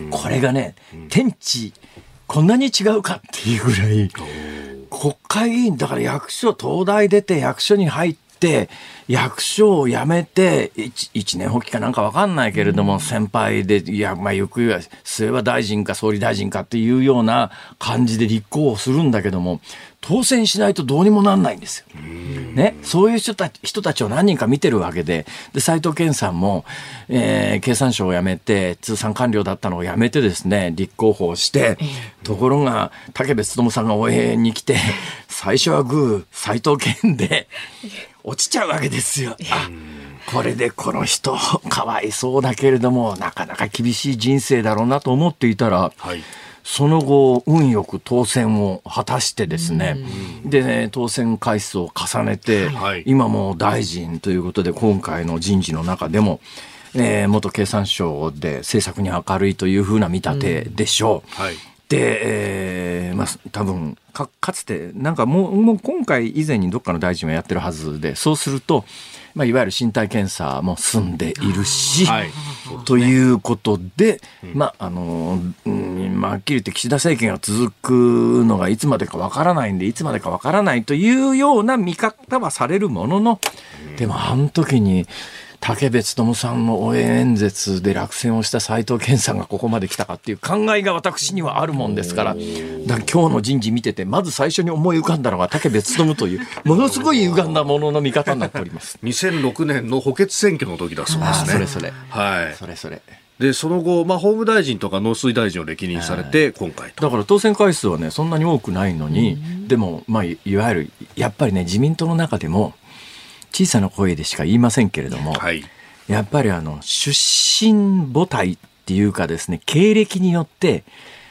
これがね、天地こんなに違うかっていうぐらい、国会議員だから役所東大出て役所に入って役所を辞めて 1, 1年発起かなんか分かんないけれども、うん、先輩でいや、まあ、行方は末は大臣か総理大臣かっていうような感じで立候補するんだけども当選しないとどうにもなんないんですよ。ね、そういう人たち、人たちを何人か見てるわけで、で斉藤健さんも、えー、経産省を辞めて通産官僚だったのを辞めてですね立候補をして、ところが武部勉さんが応援に来て最初はグー斉藤健で落ちちゃうわけですよ。あ、これでこの人かわいそうだけれどもなかなか厳しい人生だろうなと思っていたら、はい、その後運よく当選を果たしてですね、でね当選回数を重ねて、はい、今も大臣ということで今回の人事の中でも、えー、元経産省で政策に明るいというふうな見立てでしょう。はい、で、えーまあ、多分 か, かつてなんかも う, もう今回以前にどっかの大臣はやってるはずで、そうすると、まあ、いわゆる身体検査も済んでいるし、はい、ということで、まああのうんまあ、はっきり言って岸田政権が続くのがいつまでかわからないんでいつまでかわからないというような見方はされるものの、でもあの時に武部勉さんの応援演説で落選をした斉藤健さんがここまで来たかっていう考えが私にはあるもんですから、だから今日の人事見ててまず最初に思い浮かんだのが武部勉というものすごい歪んだものの見方になっております。
にせんろくねんの補欠選挙の時だそうですね。
それそれ、
はい、
それそれ
でその後、まあ、法務大臣とか農水大臣を歴任されて今回と。
だから当選回数はねそんなに多くないのに、でも、まあ、いわゆるやっぱりね自民党の中でも小さな声でしか言いませんけれども、はい、やっぱりあの出身母体っていうかですね経歴によって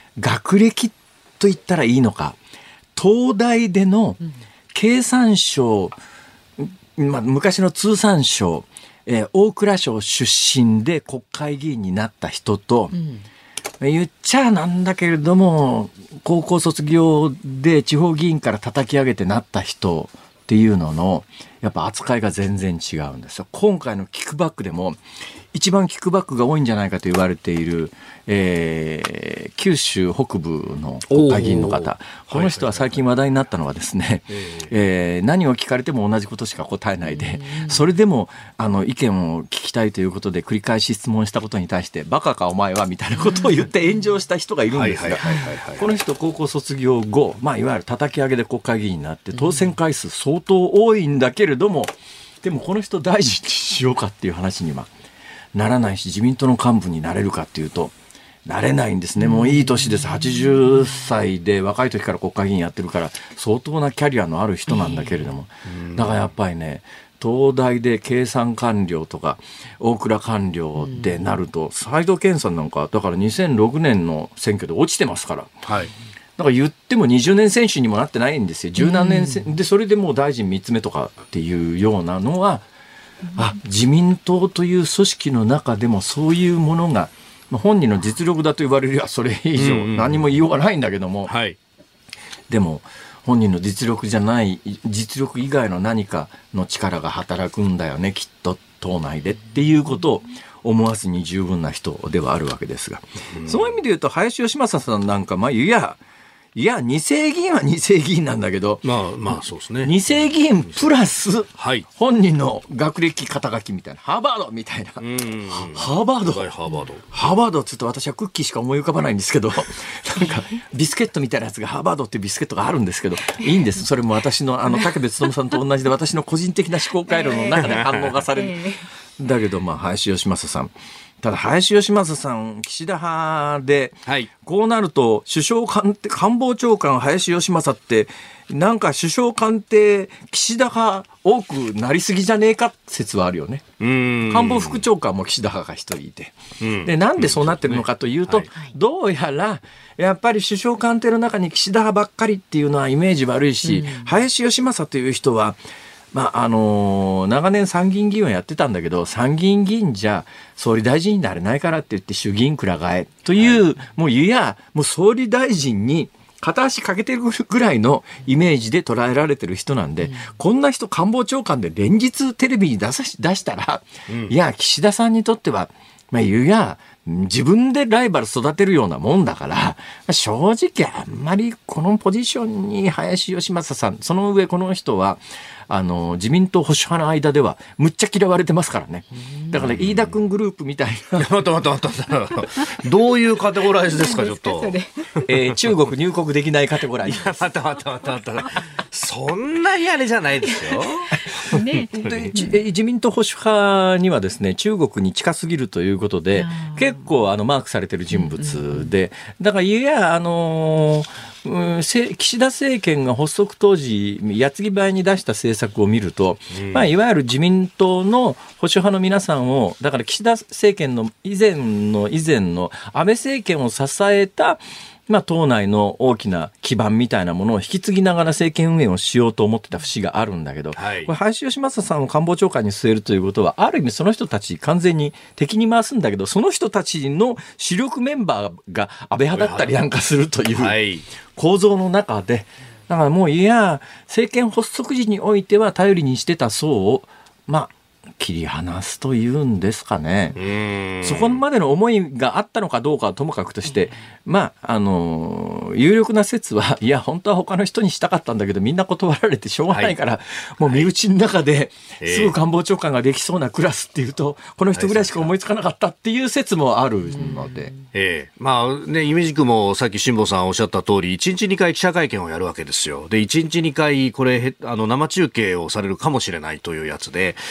学歴と言ったらいいのか、東大での経産省、まあ、昔の通産省、えー、大蔵省出身で国会議員になった人と、うん、言っちゃなんだけれども高校卒業で地方議員から叩き上げてなった人っていうののやっぱ扱いが全然違うんですよ。今回のキックバックでも一番キックバックが多いんじゃないかと言われている、えー、九州北部の国会議員の方、この人は最近話題になったのはですね、えー、何を聞かれても同じことしか答えないで、それでもあの意見を聞きたいということで繰り返し質問したことに対してバカかお前はみたいなことを言って炎上した人がいるんですが、この人高校卒業後、まあ、いわゆる叩き上げで国会議員になって当選回数相当多いんだけれども、でもこの人大臣にしようかっていう話にはならないし、自民党の幹部になれるかっていうとなれないんですね。もういい年です。はちじゅっさいで若い時から国会議員やってるから相当なキャリアのある人なんだけれども、だからやっぱりね、東大で経産官僚とか大蔵官僚でなると、斉藤健さんなんかだからにせんろくねんの選挙で落ちてますから、はい、だから言ってもにじゅうねん選手にもなってないんですよ。十何年で、それでもう大臣みっつめとかっていうようなのは、あ、自民党という組織の中でもそういうものが、まあ、本人の実力だと言われるよ、それ以上何も言いようがないんだけども、うんうん、はい、でも本人の実力じゃない実力以外の何かの力が働くんだよね、きっと党内でっていうことを思わずに十分な人ではあるわけですが、うん、そういう意味で言うと林芳正さんなんか、まあ、いやいや二世議員は二世議員なんだけど、
まあまあそうですね、
二世議員プラス本人の学歴肩書きみたいな、ハーバードみたいな、うん、ハーバードハーバードハーバードっつうと私はクッキーしか思い浮かばないんですけどなんかビスケットみたいなやつがハーバードっていうビスケットがあるんですけど、いいんです。それも私のあの武部勉さんと同じで私の個人的な思考回路の中で反応がされるだけど、まあ林芳正さん、ただ林芳正さん岸田派で、はい、こうなると首相官邸官房長官林芳正ってなんか首相官邸岸田派多くなりすぎじゃねえか説はあるよね。うーん、官房副長官も岸田派が一人いて、うん、でなんでそうなってるのかというと、うん、はい、どうやらやっぱり首相官邸の中に岸田派ばっかりっていうのはイメージ悪いし、うん、林芳正という人はまああのー、長年参議院議員をやってたんだけど、参議院議員じゃ総理大臣になれないからって言って衆議院くら替えという、はい、もういやもう総理大臣に片足かけてるぐらいのイメージで捉えられてる人なんで、うん、こんな人官房長官で連日テレビに出さ出したら、うん、いや岸田さんにとってはまあ言うや自分でライバル育てるようなもんだから、正直あんまりこのポジションに林芳正さん、その上この人はあの自民党保守派の間ではむっちゃ嫌われてますからね。だから飯田君グループみたいな。
待って待って待って待って。どういうカテゴライズですかちょっと。
えー、中国入国できないカテゴライズ。
待って待って待って待って。そんなにあれじゃないですよ。
ね、で自民党保守派にはですね、中国に近すぎるということで結構あのマークされている人物で、だからいやあのーうん、岸田政権が発足当時矢継ぎ早に出した政策を見ると、うんまあ、いわゆる自民党の保守派の皆さんをだから岸田政権の以前の以前の安倍政権を支えたまあ、党内の大きな基盤みたいなものを引き継ぎながら政権運営をしようと思ってた節があるんだけど、はい、これ林芳正さんを官房長官に据えるということはある意味その人たち完全に敵に回すんだけど、その人たちの主力メンバーが安倍派だったりなんかするという構造の中で、だからもういや政権発足時においては頼りにしてた層をまあ切り離すというんですかね。うーん、そこまでの思いがあったのかどうかはともかくとして、まああの有力な説はいや本当は他の人にしたかったんだけどみんな断られてしょうがないから、はい、もう身内の中ですぐ官房長官ができそうなクラスっていうとこの人ぐらいしか思いつかなかったっていう説もあるので、
ええ、まあね、イメージクもさっき辛坊さんおっしゃった通りいちにちにかい記者会見をやるわけですよ。でいちにちにかいこれあの生中継をされるかもしれないというやつで、で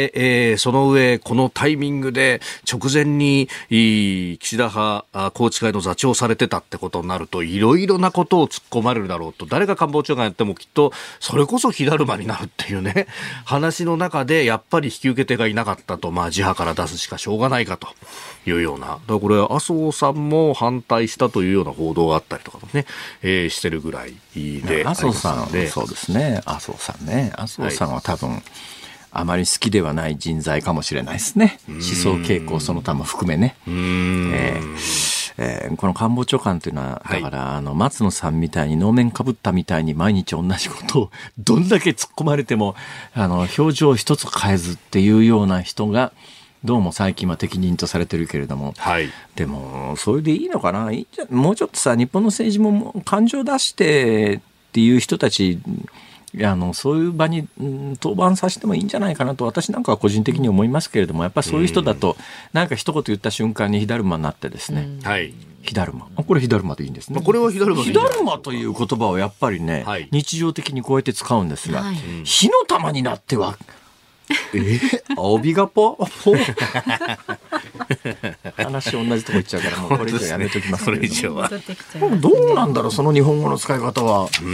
で、えー、その上このタイミングで直前に岸田派宏池会の座長されてたってことになると、いろいろなことを突っ込まれるだろうと、誰が官房長官やってもきっとそれこそ火だるまになるっていうね話の中で、やっぱり引き受け手がいなかったと、まあ自派から出すしかしょうがないかというような、だからこれ麻生さんも反対したというような報道があったりとかもね、えー、してるぐらいで、
麻生さん、そうですね、麻生さんね、麻生さんは多分、はい、あまり好きではない人材かもしれないですね。思想傾向その他も含めね。うーん、えーえー、この官房長官というのは、だから、はい、あの松野さんみたいに能面かぶったみたいに毎日同じことをどんだけ突っ込まれてもあの表情一つ変えずっていうような人がどうも最近は適任とされてるけれども、はい、でもそれでいいのかな。いいじゃん、もうちょっとさ、日本の政治も感情出してっていう人たち、あのそういう場に、うん、登板させてもいいんじゃないかなと私なんかは個人的に思いますけれども、やっぱりそういう人だとなんか一言言った瞬間に火だるまになってですね、はい、火だるま、これ火だるまでいいんですね。
これは火だるまでいい。
火だるまという言葉をやっぱりね、はい、日常的にこうやって使うんですが、はい、火の玉になってはえー、青ビガポ話同じとこ行っちゃうからもうこれ以上やめときますけれども、それ以上はどうなんだろう、その日本語の使い方は。うん、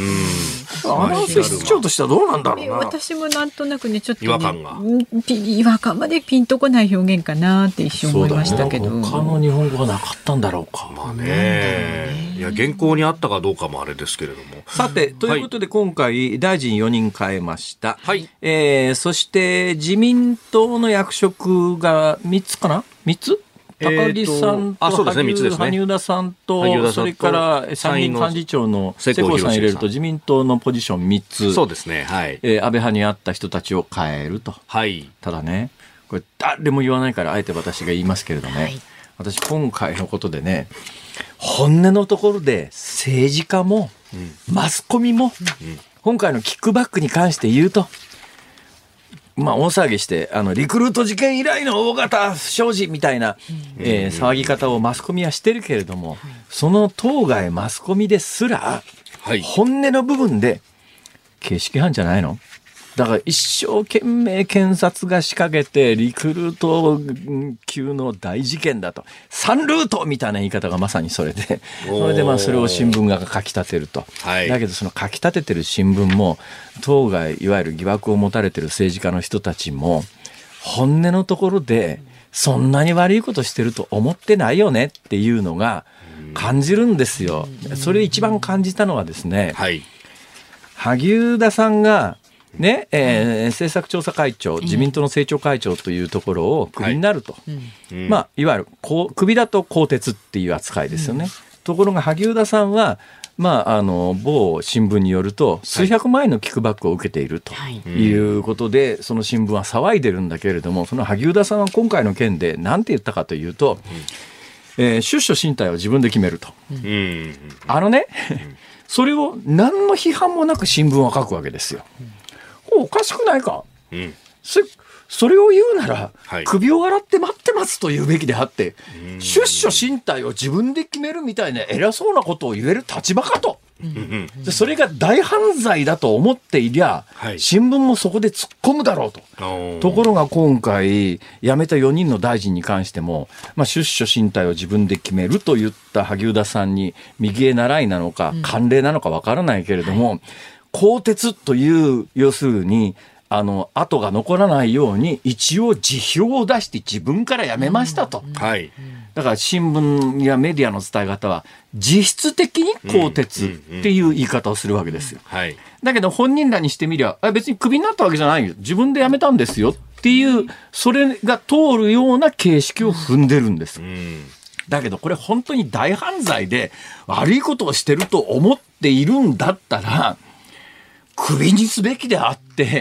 アナウンス室長としてはどうなんだろうな。
私もなんとなくねちょっと、ね、
違和感が
違和感までピンとこない表現かなって一瞬思いましたけど、
ね、他の日本語はなかったんだろうか。
まあね、ね、いや原稿にあったかどうかもあれですけれども、
さてということで今回大臣よにん変えました、はい、えー、そして自民党の役職がみっつかな、みっつ、高木さんと萩生田さんと、それから参議院幹事長の世耕さん入れると自民党のポジションみっつ、
そうですね、はい、
えー、安倍派にあった人たちを変えると、はい、ただね、これ誰も言わないからあえて私が言いますけれどね、はい、私今回のことでね、本音のところで政治家も、うん、マスコミも、うん、今回のキックバックに関して言うと、まあ、大騒ぎしてあのリクルート事件以来の大型不祥事みたいな、うん、えー、騒ぎ方をマスコミはしてるけれども、うん、その当該マスコミですら、はい、本音の部分で形式犯じゃないの？だから一生懸命検察が仕掛けてリクルート級の大事件だと、サンルートみたいな言い方がまさにそれで、それでまあそれを新聞が書き立てると、はい、だけどその書き立ててる新聞も当該いわゆる疑惑を持たれてる政治家の人たちも本音のところでそんなに悪いことしてると思ってないよねっていうのが感じるんですよ。それ一番感じたのはですね、はい、萩生田さんがね、えー、政策調査会長、自民党の政調会長というところをクビになると、はい、まあ、いわゆるこうクビだと更迭っていう扱いですよね、うん、ところが萩生田さんは、まあ、あの某新聞によると数百万円のキックバックを受けているということで、はい、その新聞は騒いでるんだけれども、その萩生田さんは今回の件で何て言ったかというと、うん、えー、出処進退を自分で決めると、うん、あのね、うん、それを何の批判もなく新聞は書くわけですよ。おかしくないか、うん、そ, それを言うなら、はい、首を洗って待ってますと言うべきであって、出処進退を自分で決めるみたいな偉そうなことを言える立場かと、うん、でそれが大犯罪だと思っていりゃ、はい、新聞もそこで突っ込むだろうと。ところが今回辞めたよにんの大臣に関しても、まあ、出処進退を自分で決めると言った萩生田さんに右へ習いなのか慣例なのかわからないけれども、うん、はい、更迭という要するにあの後が残らないように一応辞表を出して自分から辞めましたと、うん、はい、だから新聞やメディアの伝え方は実質的に更迭っていう言い方をするわけですよ、はい、だけど本人らにしてみりゃ別にクビになったわけじゃないよ、自分で辞めたんですよっていう、それが通るような形式を踏んでるんです、うん、だけどこれ本当に大犯罪で悪いことをしてると思っているんだったらクビにすべきであって、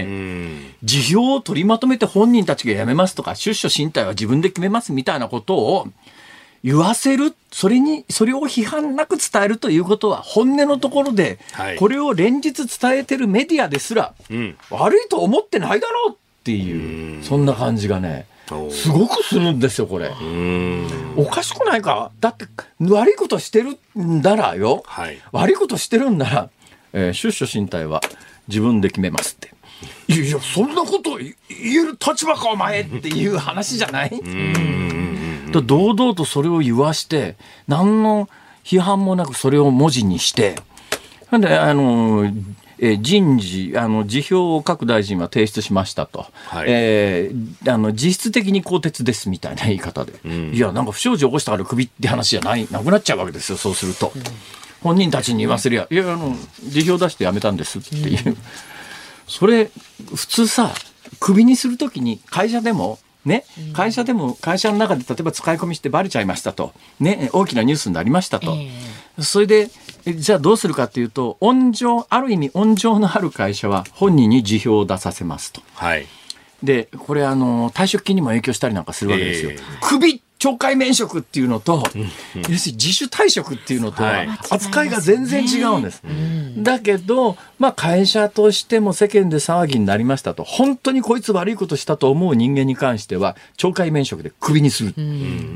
辞表を取りまとめて本人たちが辞めますとか出処進退は自分で決めますみたいなことを言わせる、それにそれを批判なく伝えるということは本音のところで、はい、これを連日伝えてるメディアですら、うん、悪いと思ってないだろうっていう、そんな感じがねすごくするんですよこれ。うーん、おかしくないか、だって悪いことしてるんだらよ、はい、悪いことしてるんなら、えー、出処進退は自分で決めますって、 いやいやそんなこと言える立場かお前っていう話じゃない？うんと堂々とそれを言わして何の批判もなくそれを文字にしてなんであのえー、人事あの辞表を各大臣は提出しましたと、はいえー、あの実質的に更迭ですみたいな言い方で、うん、いやなんか不祥事を起こしたからクビって話じゃないなくなっちゃうわけですよ。そうすると、うん、本人たちに言わせりゃいやあの辞表出して辞めたんですっていう、うん、それ普通さクビにするときに会社でもね、会社でも会社の中で例えば使い込みしてバレちゃいましたと、ね、大きなニュースになりましたと、えー、それでじゃあどうするかというと温情ある意味温情のある会社は本人に辞表を出させますと、はい、でこれあの退職金にも影響したりなんかするわけですよ、えー、首懲戒免職っていうのと、うんうん、要するに自主退職っていうのとは扱いが全然違うんです、はい、だけど、まあ、会社としても世間で騒ぎになりましたと本当にこいつ悪いことしたと思う人間に関しては懲戒免職でクビにする、うん、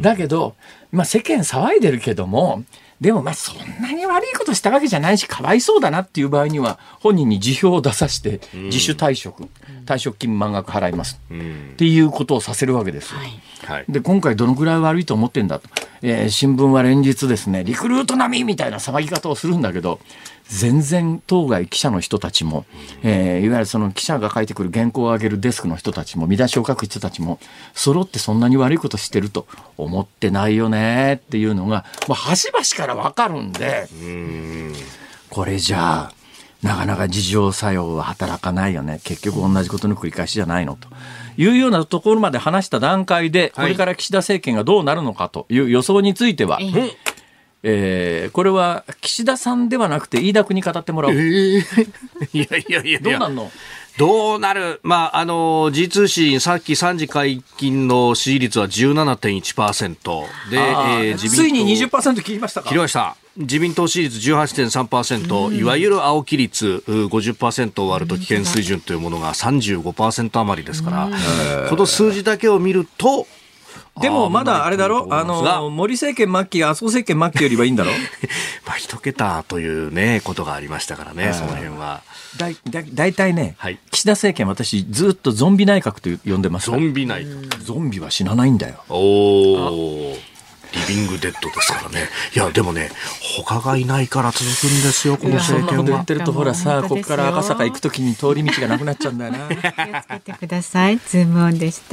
だけど、まあ、世間騒いでるけどもでもまあそんなに悪いことしたわけじゃないしかわいそうだなっていう場合には本人に辞表を出させて自主退職、うん、退職金満額払います、うん、っていうことをさせるわけですよ、はい、で今回どのくらい悪いと思ってんだと、えー、新聞は連日ですねリクルート並みみたいな騒ぎ方をするんだけど全然当該記者の人たちも、えー、いわゆるその記者が書いてくる原稿を上げるデスクの人たちも見出しを書く人たちも揃ってそんなに悪いことしてると思ってないよねっていうのがもう端々から分かるんでうーんこれじゃあなかなか自浄作用は働かないよね結局同じことの繰り返しじゃないのというようなところまで話した段階でこれから岸田政権がどうなるのかという予想については、はいえー、これは岸田さんではなくて飯田君に語ってもらおう、えー、いやいやいやどうなんの
どうなる、まあ、あの ジーツー シーさっきさんじ解禁の支持率は じゅうななてんいちパーセント で、え
ー、自民党ついに にじゅっパーセント 切りましたか。
切りました。自民党支持率 じゅうはちてんさんパーセント、 いわゆる青木率 ごじゅっパーセント を割ると危険水準というものが さんじゅうごパーセント 余りですからこの数字だけを見ると
でもまだあれだろあの森政権末期麻生政権末期よりはいいんだろ
まあ一桁というねことがありましたからねその辺は
だいだだいたいね、はい、岸田政権私ずっとゾンビ内閣と呼んでますから
ゾンビ内閣
ゾンビは死なないんだよ
おーリビングデッドですからねいやでもね他がいないから続くんですよこの政権は。
言ってるとほらさここから赤坂行くときに通り道がなくなっちゃうんだよな気を
つけてください。ズームオンでした。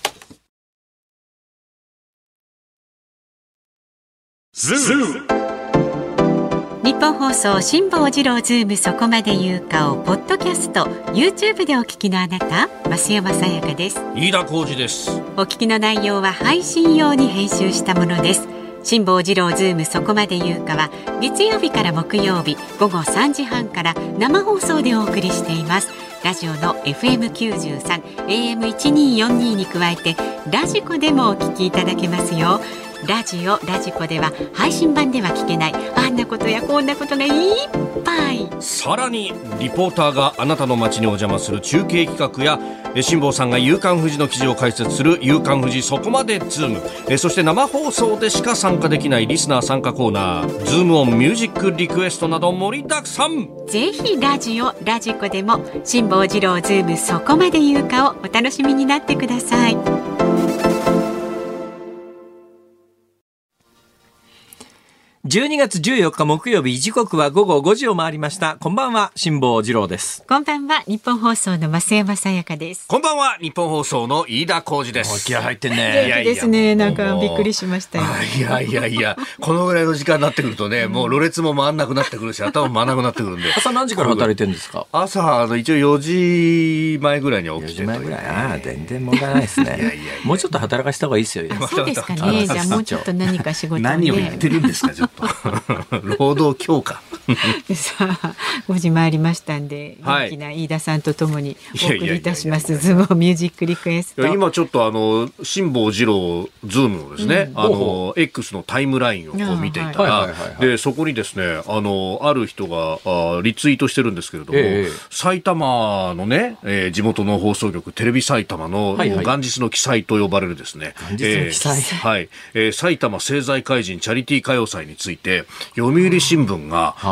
ズーム日本放送辛坊治郎ズームそこまで言うかをポッドキャスト YouTube でお聞きのあなた増山さやかです。
飯田浩司です。
お聞きの内容は配信用に編集したものです。辛坊治郎ズームそこまで言うかは月曜日から木曜日午後さんじはんから生放送でお送りしています。ラジオの エフエムきゅうじゅうさん エーエムせんにひゃくよんじゅうに に加えてラジコでもお聞きいただけますよ。ラジオラジコでは配信版では聞けないあんなことやこんなことがいっぱい。
さらにリポーターがあなたの街にお邪魔する中継企画や辛坊さんが夕刊フジの記事を解説する夕刊フジそこまでズームえそして生放送でしか参加できないリスナー参加コーナーズームオンミュージックリクエストなど盛りだくさん。
ぜひラジオラジコでも辛坊治郎ズームそこまで言うかをお楽しみになってください。
じゅうにがつじゅうよっか木曜日時刻は午後ごじを回りました。こんばんは辛坊治郎です。
こんばんは日本放送の増山さやかです。
こんばんは日本放送の飯田浩司です。
気合入ってんね。
いやいやですねなんかびっくりしましたよ。
いやいやいやこのぐらいの時間になってくるとねもうろれつも回んなくなってくるし頭も回んなくなってくるんで
朝何時から働いてるんですか。
朝あの一応よじまえぐらいには起きてる。
よじまえぐらいあ全然問題ないですね。いやいやいやもうちょっと働かした方がいいですよ。
そうですかね。じゃあもうちょっと何か仕事を、ね、
何を言ってるんですかちょっと労働強化
さあごじ回りましたんで、はい、元気な飯田さんとともにお送りいたしますズームミュージックリクエスト。
今ちょっとあの辛坊治郎ズームのですね、うん、あの X のタイムラインをこう見ていたらでそこにですねあのある人があリツイートしてるんですけれども、えー、埼玉のね、えー、地元の放送局テレビ埼玉の、はいはい、元日の記載と呼ばれるですね
元日の記載、え
ーはいえー、埼玉政財界人チャリティー歌謡祭について読売新聞が、はあ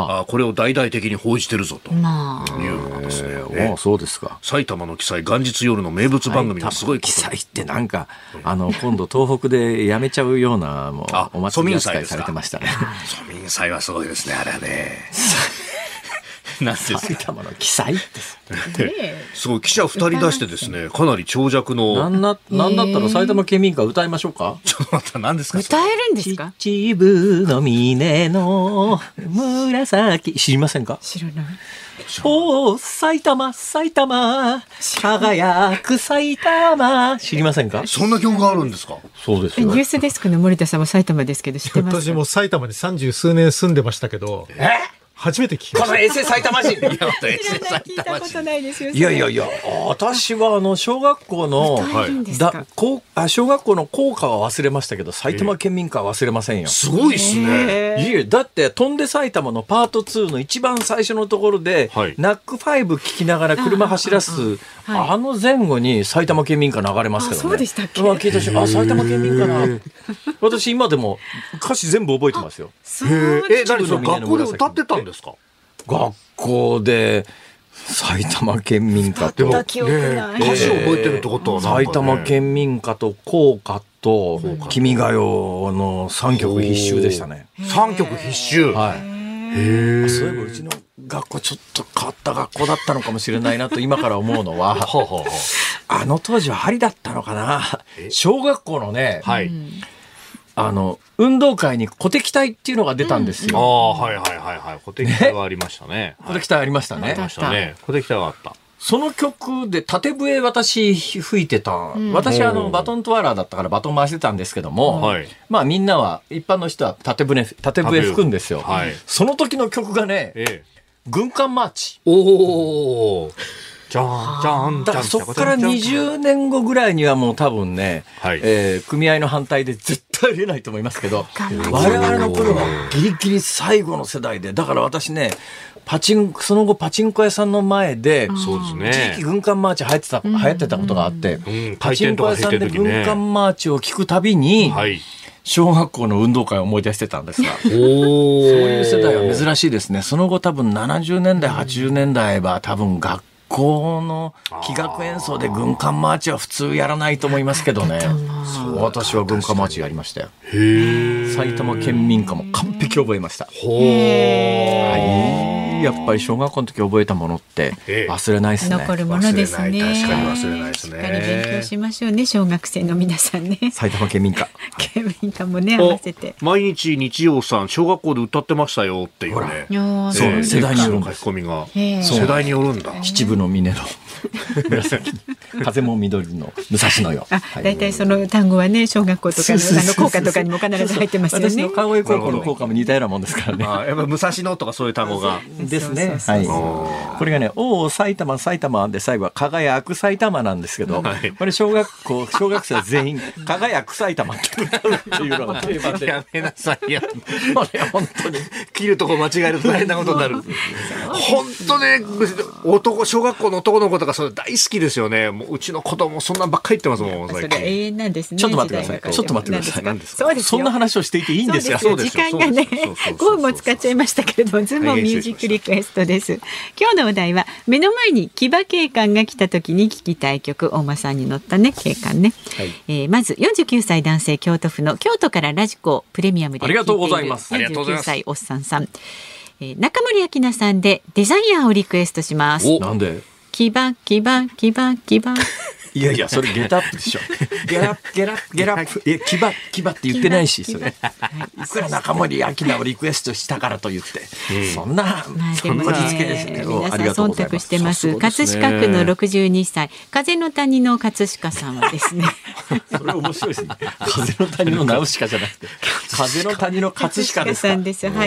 あこれを大々的に報じてるぞということですね。
えー、そうですか。
埼玉の記載元日夜の名物番組がすごい
記載ってなんかあの今度東北でやめちゃうようなもうお祭り扱いされてましたね。
蘇民祭はすごいですねあれはね。なんです
埼玉の記載です
すごい記者ふたり出してですねかなり長尺の
なんな、なんだったら埼玉県民歌歌いましょうか。
ちょっと待って何ですか。
歌えるんですか。
秩父の峰の紫知りませんか。
知らない。
おー埼玉埼玉輝く埼玉知りませんか。
そんな曲があるんですか。
そうですよ。
ニュースデスクの森田さんは埼玉ですけど知ってますか。
私も埼玉に三十数年住んでましたけど、え初めて聞きました。
このエセ埼玉人。いや、
聞いたことないですよ。
いやいやいや、私はあの小学校の、はい、だこうあ小学校の校歌は忘れましたけど、埼玉県民歌は忘れませんよ。
すごいですね。
いやだって飛んで埼玉のパートツーの一番最初のところで、はい、ナックファイブ聞きながら車走らす あ, あ, あ, あの前後に埼玉県民歌流れますけどね。
そうでしたっけ。
まあ、聞いたし、あ埼玉県民歌な。私今でも歌詞全部覚えてますよ。
え、何それ学校で歌ってたんですか。
学校で埼玉県民歌と、ね、
歌詞覚
えてるってことは、ね、
埼玉県民歌と校歌と君が代のさんきょく必修でしたね。
さんきょく必修。
はい。へえ。そういえばうちの学校ちょっと変わった学校だったのかもしれないなと今から思うのはあの当時はありだったのかな。小学校のね、はい、あの運動会に鼓笛隊っていうのが出たんですよ。
ああはいはいはいはい。鼓笛隊はありましたね。
鼓笛隊ありましたね。
ありましたね。鼓笛隊はあった。
その曲で縦笛私吹いてた、うん、私あのバトントワラーだったからバトン回してたんですけども、はい、まあみんなは一般の人は縦笛縦笛吹くんですよ、はい、その時の曲がね、ええ、軍艦マーチ。
おお。じゃんじゃん。
だからそこからにじゅうねんごぐらいにはもう多分ね、はい、えー、組合の反対で絶対入れないと思いますけど、我々の頃はギリギリ最後の世代で、だから私ねパチンその後パチンコ屋さんの前で、そうですね、一時期軍艦マーチ流行ってた、流行ってたことがあって、うん、パチンコ屋さんで軍艦マーチを聞くたびに、はい、小学校の運動会を思い出してたんですがそういう世代は珍しいですね。その後多分ななじゅうねんだいはちじゅうねんだいは多分学校の器楽演奏で軍艦マーチは普通やらないと思いますけどね。そう私は軍艦マーチやりましたよ。へ埼玉県民歌も完璧覚えました。へはいやっぱり小学校の時覚えたものって忘れないですね。
残るものですね。
確かに忘れないですね。
しっかり勉強しましょうね小学生の皆さんね。
埼玉県民歌
県民歌もね合わせて
毎日日曜さん小学校で歌ってましたよっていうね。
そうね、世代によるん
書き込みが世代によるんだ。
秩父の峰の紫風も緑の武蔵野よ。
だいたいその単語はね小学校とか の, あの校歌とかにも必ず入ってますよね。
私の川越高校の校歌も似たようなもんですからね。
あやっぱ武蔵野とかそういう単語が
ですね。はい。これがね、おお埼玉埼玉で最後は輝く埼玉なんですけど、はい、これ小学校小学生は全員輝く埼玉って歌うっていうのが定番で。
やめなさいよ。
これ本当に
切るとこ間違えると大変なことになる。本当ね男小学校の男の子とかそれ大好きですよね。もううちの子供そんなんばっかり言ってますもん。
それ永遠なんですね。
ちょっと待ってください。ちょっと待ってください。
何ですか。そうですよ。
そんな話をしていていいんですよ。
そうですよ。時間がねごふんも使っちゃいましたけれども、ズームミュージックリクエストです。今日のお題は目の前に騎馬警官が来た時に聴きたい曲、大間さんに乗ったね警官ね、はい、えー、まずよんじゅうきゅうさい男性京都府の京都からラジコプレミアムで聴いている
ありがとうございます。
よんじゅうきゅうさいおっさんさん、えー、中森明菜さんでデザイアをリクエストします。
おなんで
騎馬騎馬騎馬騎馬
いやいやそれゲットアップでしょ。ゲラップゲラップゲラップえ騎馬騎馬って言ってないし、それいくら中森明菜をリクエストしたからと言って、うん、そんな、まあ、でもね、
皆さん忖度してます。葛飾区のろくじゅうにさい風の谷の葛飾さんはですね
それ面白いですね。風の谷のナウシカじゃなくて風の谷の葛飾ですか。
さんです。はい。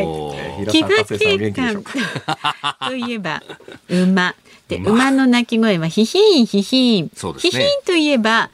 騎馬警官といえば馬で、馬の鳴き声はヒヒーンヒヒーン、そうですね、ヒヒーンといえば、うん、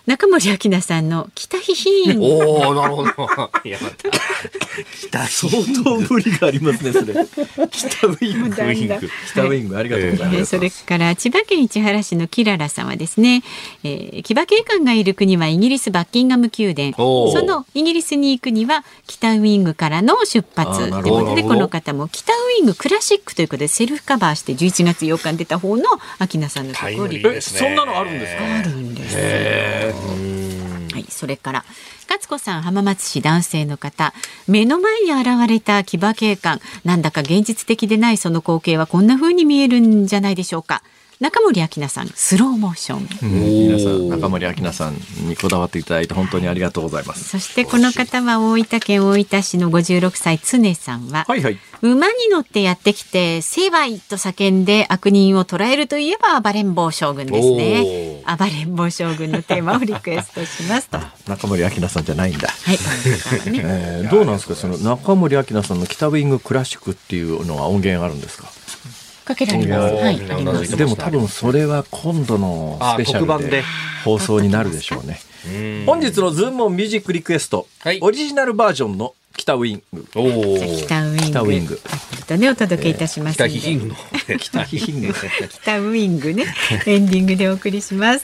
中森明菜さんの北ヒヒーン。
おお、なるほど。いや、北
相当無理がありますね、それ。北ウイング。
だんだん
北ウイング、ありがとうございます。
えーそれから千葉県市原市のキララさんはですね、えー、騎馬警官がいる国はイギリスバッキンガム宮殿。
おー
そのイギリスに行くには北ウイングからの出発
あーなる
ということで、
ほど
この方も北ウイングクラシックということでセルフカバーしてじゅういちがつようかに出た方の明菜さんの曲をリクエスト。
え、そんなのあるんですか？
あるんです。はい、それから勝子さん、浜松市男性の方、目の前に現れた騎馬警官、なんだか現実的でないその光景はこんな風に見えるんじゃないでしょうか。中森明菜さん、スローモーション。
うん、皆さん中森明菜さんにこだわっていただいて本当にありがとうございます。
そしてこの方は大分県大分市のごじゅうろくさい常さんは、
はいはい。
馬に乗ってやってきて成敗と叫んで悪人を捕らえるといえば暴れん坊将軍ですね。暴れん坊将軍のテーマをリクエストしますと。は
中森明菜さんじゃないんだ。
い、この方はね。
えー、どうなんですか、その中森明菜さんの北ウイングクラシックっていうのは音源あるんんですか？
かけられます。はい、
みんな
あります。
でも多分それは今度のスペシャルで
あ特番で
放送になるでしょうね。本日のズームオンミュージックリクエスト、
はい
オリジナルバージョンの北ウイング。
おお、
北ウイング。
北ウイング
たっぷりとねお届けいたしますので。
北ヒヒングの
北ウイング。
北ウイングねエンディングでお送りします。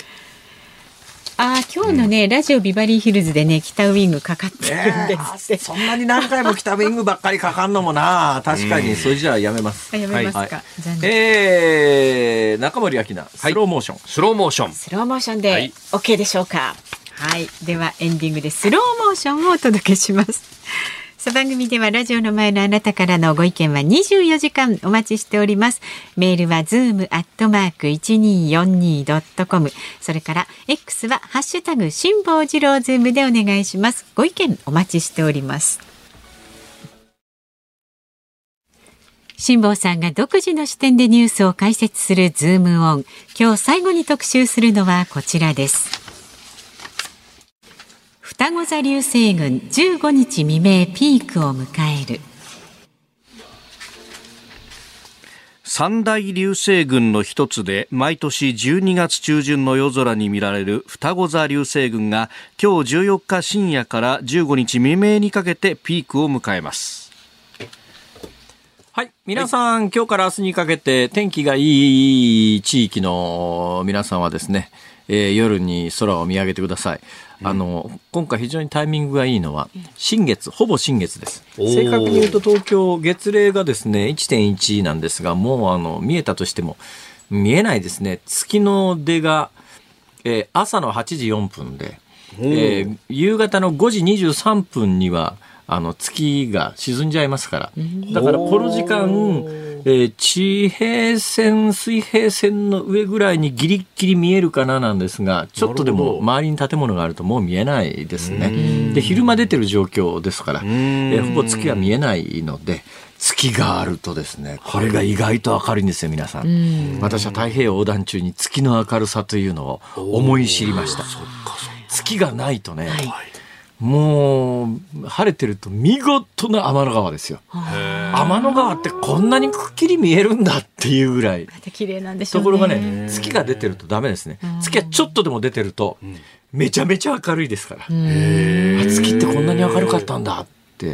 あ、今日のね、うん、ラジオビバリーヒルズでね北ウイングかかってるんですって、
えー、そんなに何回も北ウイングばっかりかかんのもな。確かに、うん、それじゃあやめます。
やめますか、はい、
えー、中森明菜、スローモーション、はい、
スローモーション
スローモーションで OK でしょうか。はい、ではエンディングでスローモーションをお届けします。さあ、番組ではラジオの前のあなたからのご意見はにじゅうよじかんお待ちしております。メールは ズームアットマークいちにーよんにードットコム、 それから X はハッシュタグ辛坊治郎ズームでお願いします。ご意見お待ちしております。辛坊さんが独自の視点でニュースを解説するズームオン。今日最後に特集するのはこちらです。双子座流星群じゅうごにち未明ピークを迎える。
三大流星群の一つで毎年じゅうにがつ中旬の夜空に見られる双子座流星群が今日じゅうよっか深夜からじゅうごにち未明にかけてピークを迎えます。
はい、皆さん、はい、今日から明日にかけて天気がいい地域の皆さんはですね、えー、夜に空を見上げてください。あの今回非常にタイミングがいいのは新月、ほぼ新月です。正確に言うと東京月齢がですね いってんいち なんですが、もうあの見えたとしても見えないですね。月の出が、えー、朝のはちじよんぷんで、えー、夕方のごじにじゅうさんぷんにはあの月が沈んじゃいますから、だからこの時間、えー、地平線水平線の上ぐらいにギリギリ見えるかななんですが、ちょっとでも周りに建物があるともう見えないですね。で、昼間出てる状況ですから、えー、ほぼ月が見えないので、月があるとですね、これが意外と明るいんですよ。皆さん、私は太平洋横断中に月の明るさというのを思い知りました。月がないとね、はい、もう晴れてると見事な天の川ですよ。天の川ってこんなにくっきり見えるんだっていうぐらい
綺麗なんでしょうね。
ところがね、月が出てるとダメですね。月はちょっとでも出てるとめちゃめちゃ明るいですから、月ってこんなに明るかったんだって、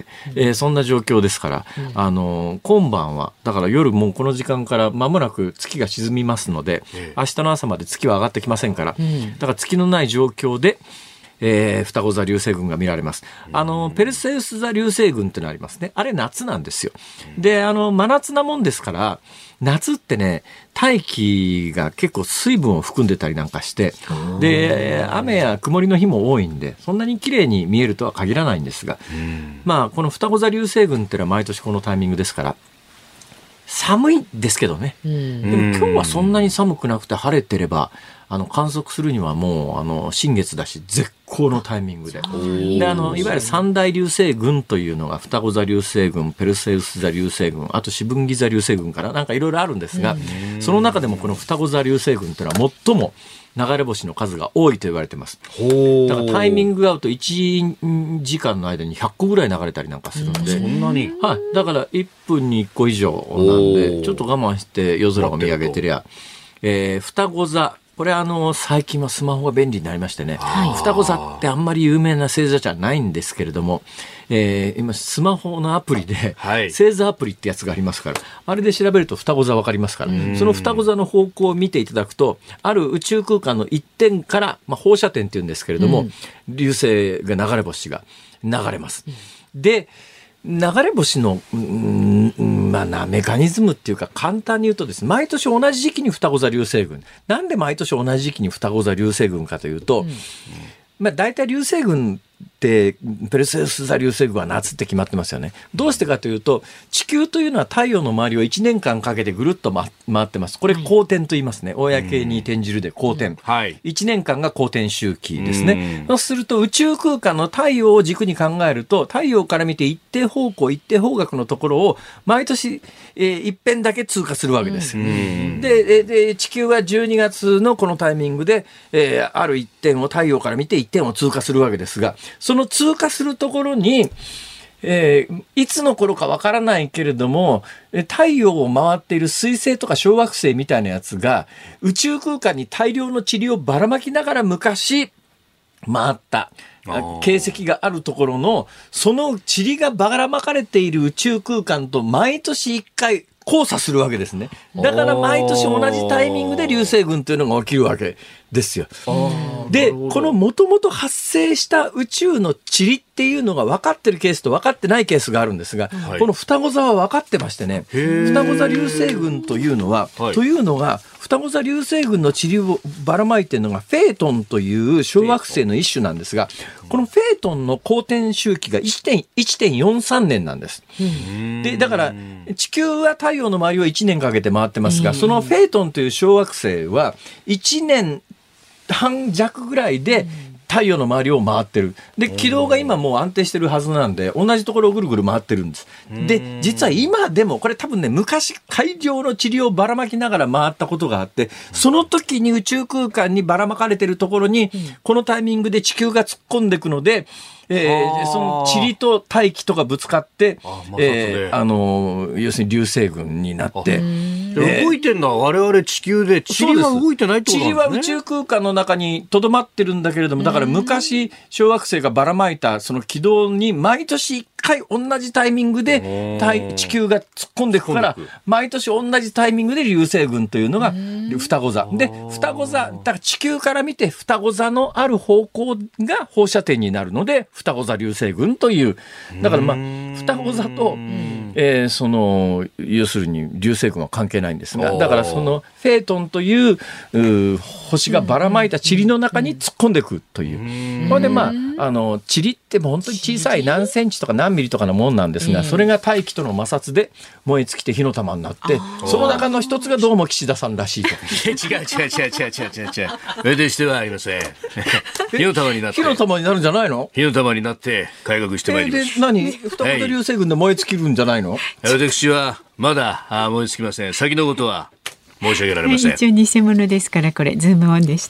えー、そんな状況ですから、あの今晩はだから夜もうこの時間から間もなく月が沈みますので、明日の朝まで月は上がってきませんから、だから月のない状況でえー、双子座流星群が見られます。あのペルセウス座流星群ってのありますね。あれ夏なんですよ。で、あの真夏なもんですから、夏ってね、大気が結構水分を含んでたりなんかして、で雨や曇りの日も多いんで、そんなに綺麗に見えるとは限らないんですが、まあこの双子座流星群ってのは毎年このタイミングですから寒いですけどね。でも今日はそんなに寒くなくて晴れてれば、あの観測するにはもうあの新月だし絶好のタイミングで、であのいわゆる三大流星群というのが双子座流星群、ペルセウス座流星群、あと四分岐座流星群からなんかいろいろあるんですが、その中でもこの双子座流星群というのは最も流れ星の数が多いと言われてます。だからタイミングが合うといちじかんの間にひゃっこぐらい流れたりなんかするんで、
そんなに、
はい、だからいっぷんにいっこ以上なんで、ちょっと我慢して夜空を見上げてりゃ、えー、双子座これあの最近はスマホが便利になりましてね、ふたご座ってあんまり有名な星座じゃないんですけれども、えー、今スマホのアプリで、はい、星座アプリってやつがありますから、あれで調べると双子座わかりますから、その双子座の方向を見ていただくと、ある宇宙空間の一点から、まあ、放射点っていうんですけれども、うん、流星が流れ星が流れます。で流れ星の、うんまあ、なメカニズムっていうか、簡単に言うとですね、毎年同じ時期に双子座流星群、なんで毎年同じ時期に双子座流星群かというと、うんまあ、大体流星群ってペルセウス座流星群は夏って決まってますよね。どうしてかというと、地球というのは太陽の周りをいちねんかんかけてぐるっと回ってます。これ公転と言いますね。公に転じるで公転、はい、いちねんかんが公転周期ですね。そうすると宇宙空間の太陽を軸に考えると、太陽から見て一定方向一定方角のところを毎年、えー、一遍だけ通過するわけです。で, で地球はじゅうにがつのこのタイミングで、えー、ある一点を太陽から見て一点を通過するわけですが、その通過するところに、えー、いつの頃かわからないけれども、太陽を回っている水星とか小惑星みたいなやつが宇宙空間に大量の塵をばらまきながら昔回った形跡があるところの、その塵がばらまかれている宇宙空間と毎年いっかい交差するわけですね。だから毎年同じタイミングで流星群というのが起きるわけですよ。で、このもともと発生した宇宙の塵っていうのが分かってるケースと分かってないケースがあるんですが、はい、この双子座は分かってましてね、双子座流星群というのは、はい、というのが双子座流星群の塵をばらまいているのがフェートンという小惑星の一種なんですが、このフェートンの公転周期が いちてんよんさんねんなんです。でだから地球は太陽の周りをいちねんかけて回ってますが、そのフェートンという小惑星はいちねんはん弱ぐらいで太陽の周りを回ってる。で軌道が今もう安定してるはずなんで、同じところをぐるぐる回ってるんです。で実は今でもこれ多分ね、昔大量の塵をばらまきながら回ったことがあって、その時に宇宙空間にばらまかれてるところにこのタイミングで地球が突っ込んでいくので、えー、その塵と大気とかぶつかって、あ、えー、あの要するに流星群になって、
えー、動いてるのは我々地球で、塵は動いてないってことなんですね。
塵は宇宙空間の中にとどまってるんだけれども、だから昔小惑星がばらまいたその軌道に毎年いっかい同じタイミングで地球が突っ込んでいくから、毎年同じタイミングで流星群というのが双子座で、双子座だから地球から見て双子座のある方向が放射点になるので双子座流星群という、だからまあ双子座と、えー、その要するに流星群は関係ないんですが、だからそのフェートンという、う星がばらまいた塵の中に突っ込んでいくという、これでまああの塵ってもう本当に小さい何センチとか何ミリとかのもんなんですが、それが大気との摩擦で燃え尽きて火の玉になって、その中の一つがどうも岸田さんらしいと。
違う違う違う違う違う違う、それでしてはありません。火の玉になって、
火の玉になるんじゃないの？
火の玉になって改革してまいります。
えー、で何双子座流星群で燃え尽きるんじゃないの？
私はまだあ燃え尽きません。先のことは申し上げられません。
一応偽物ですから、これズームオンでした。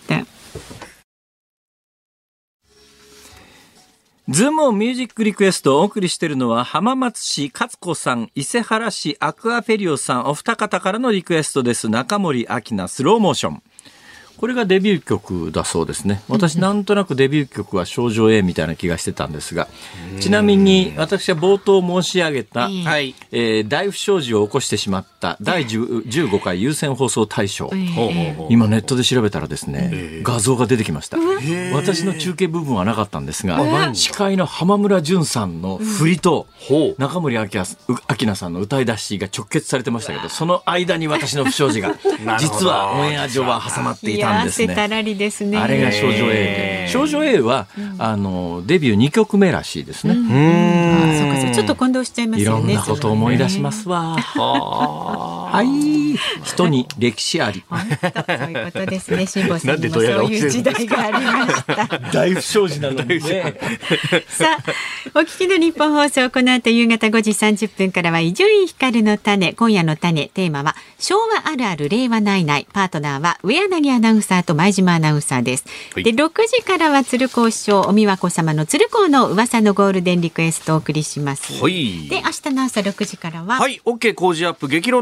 ズームオンミュージックリクエストをお送りしているのは、浜松市勝子さん、伊勢原市アクアフェリオさん、お二方からのリクエストです。中森明菜スローモーション。これがデビュー曲だそうですね。私なんとなくデビュー曲は少女 A みたいな気がしてたんですが、ちなみに私は冒頭申し上げた、はいえー、大不祥事を起こしてしまっただいじゅうごかい優先放送大賞、えー、今ネットで調べたらですね、えー、画像が出てきました。私の中継部分はなかったんですが、司会の浜村淳さんの振りと、うん、中森明菜さんの歌い出しが直結されてましたけど、その間に私の不祥事が実はオンエア上は挟まっていた。
汗たらりですね。
あれが少女 A で、少女 A は、うん、あのデビューにきょくめらしいですね。うん、
あそうかそう、ちょっと混同しちゃいますよね。
いろんなことを思い出しますわ。はい、人に歴史あり。
そういうことですね。辛坊さんにもそういう時代がありました。
大不祥事なので、ね、
さあお聞きの日本放送、この後夕方ごじさんじゅっぷんからは伊集院光の種。今夜の種テーマは昭和あるある令和ないない。パートナーは上柳アナウンサーと前島アナウンサーです。はい、でろくじからは鶴光師匠お美和子様の鶴光の噂のゴールデンリクエストをお送りします。
はい、
で明日の朝ろくじからは
はい OK 工事アップ激論ダブルコ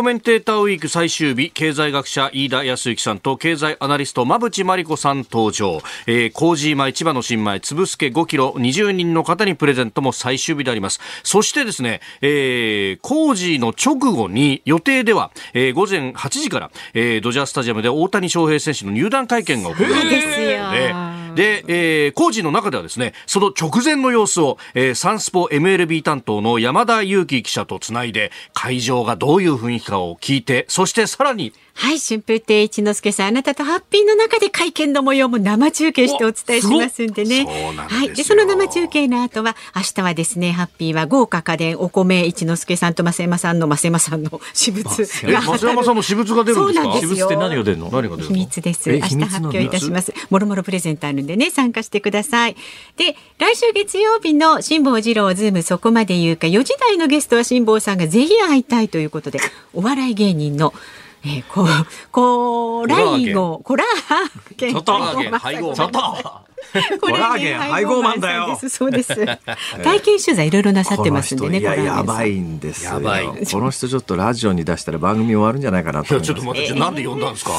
コメンテーターウィーク最終日、経済学者飯田康之さんと経済アナリスト馬淵真理子さん登場。えー、麹米、千葉の新米、つぶすけごキロ、にじゅうにんの方にプレゼントも最終日であります。そしてですね、えー、麹の直後に予定では、えー、午前はちじから、えー、ドジャースタジアムで大谷翔平選手の入団会見が行われ
ですよ。
で、えー、工事の中ではですね、その直前の様子を、えー、サンスポ エムエルビー 担当の山田裕貴記者とつないで、会場がどういう雰囲気かを聞いて、そしてさらに、
はい、春風亭一之輔さん、あなたとハッピーの中で会見の模様も生中継してお伝えしますんでね。
そうなんですよ。
はい、でその生中継の後は、明日はですね、ハッピーは豪華家電お米一之輔さんと増山さんの増山さんの私物が
増山さんの私物が出るんですか？
そうなんですよ。
私物って何が出るの？何が出るの？
秘密です。明日発表いたします。もろもろプレゼントあるんでね、参加してください。で、来週月曜日の辛坊治郎ズームそこまで言うか、よじ台のゲストは辛坊さんがぜひ会いたいということで、お笑い芸人のえー、ここライゴコラーゲン
ちょっと
配合
ちょっとコラーゲン配合マンだよ。
そうです。体験取材いろいろなさってますんでね。
いややばいんですよ。
やばい。
この人ちょっとラジオに出したら番組終わるんじゃないかなと思います。
ちょっと待って、えー、なんで呼んだんですか。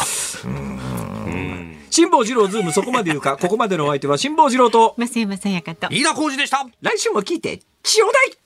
辛坊治郎ズームそこまで言うか。ここまでのお相手は辛坊治郎と
増山さやかと
飯田浩司でした。
来週も聞いてちょうだい。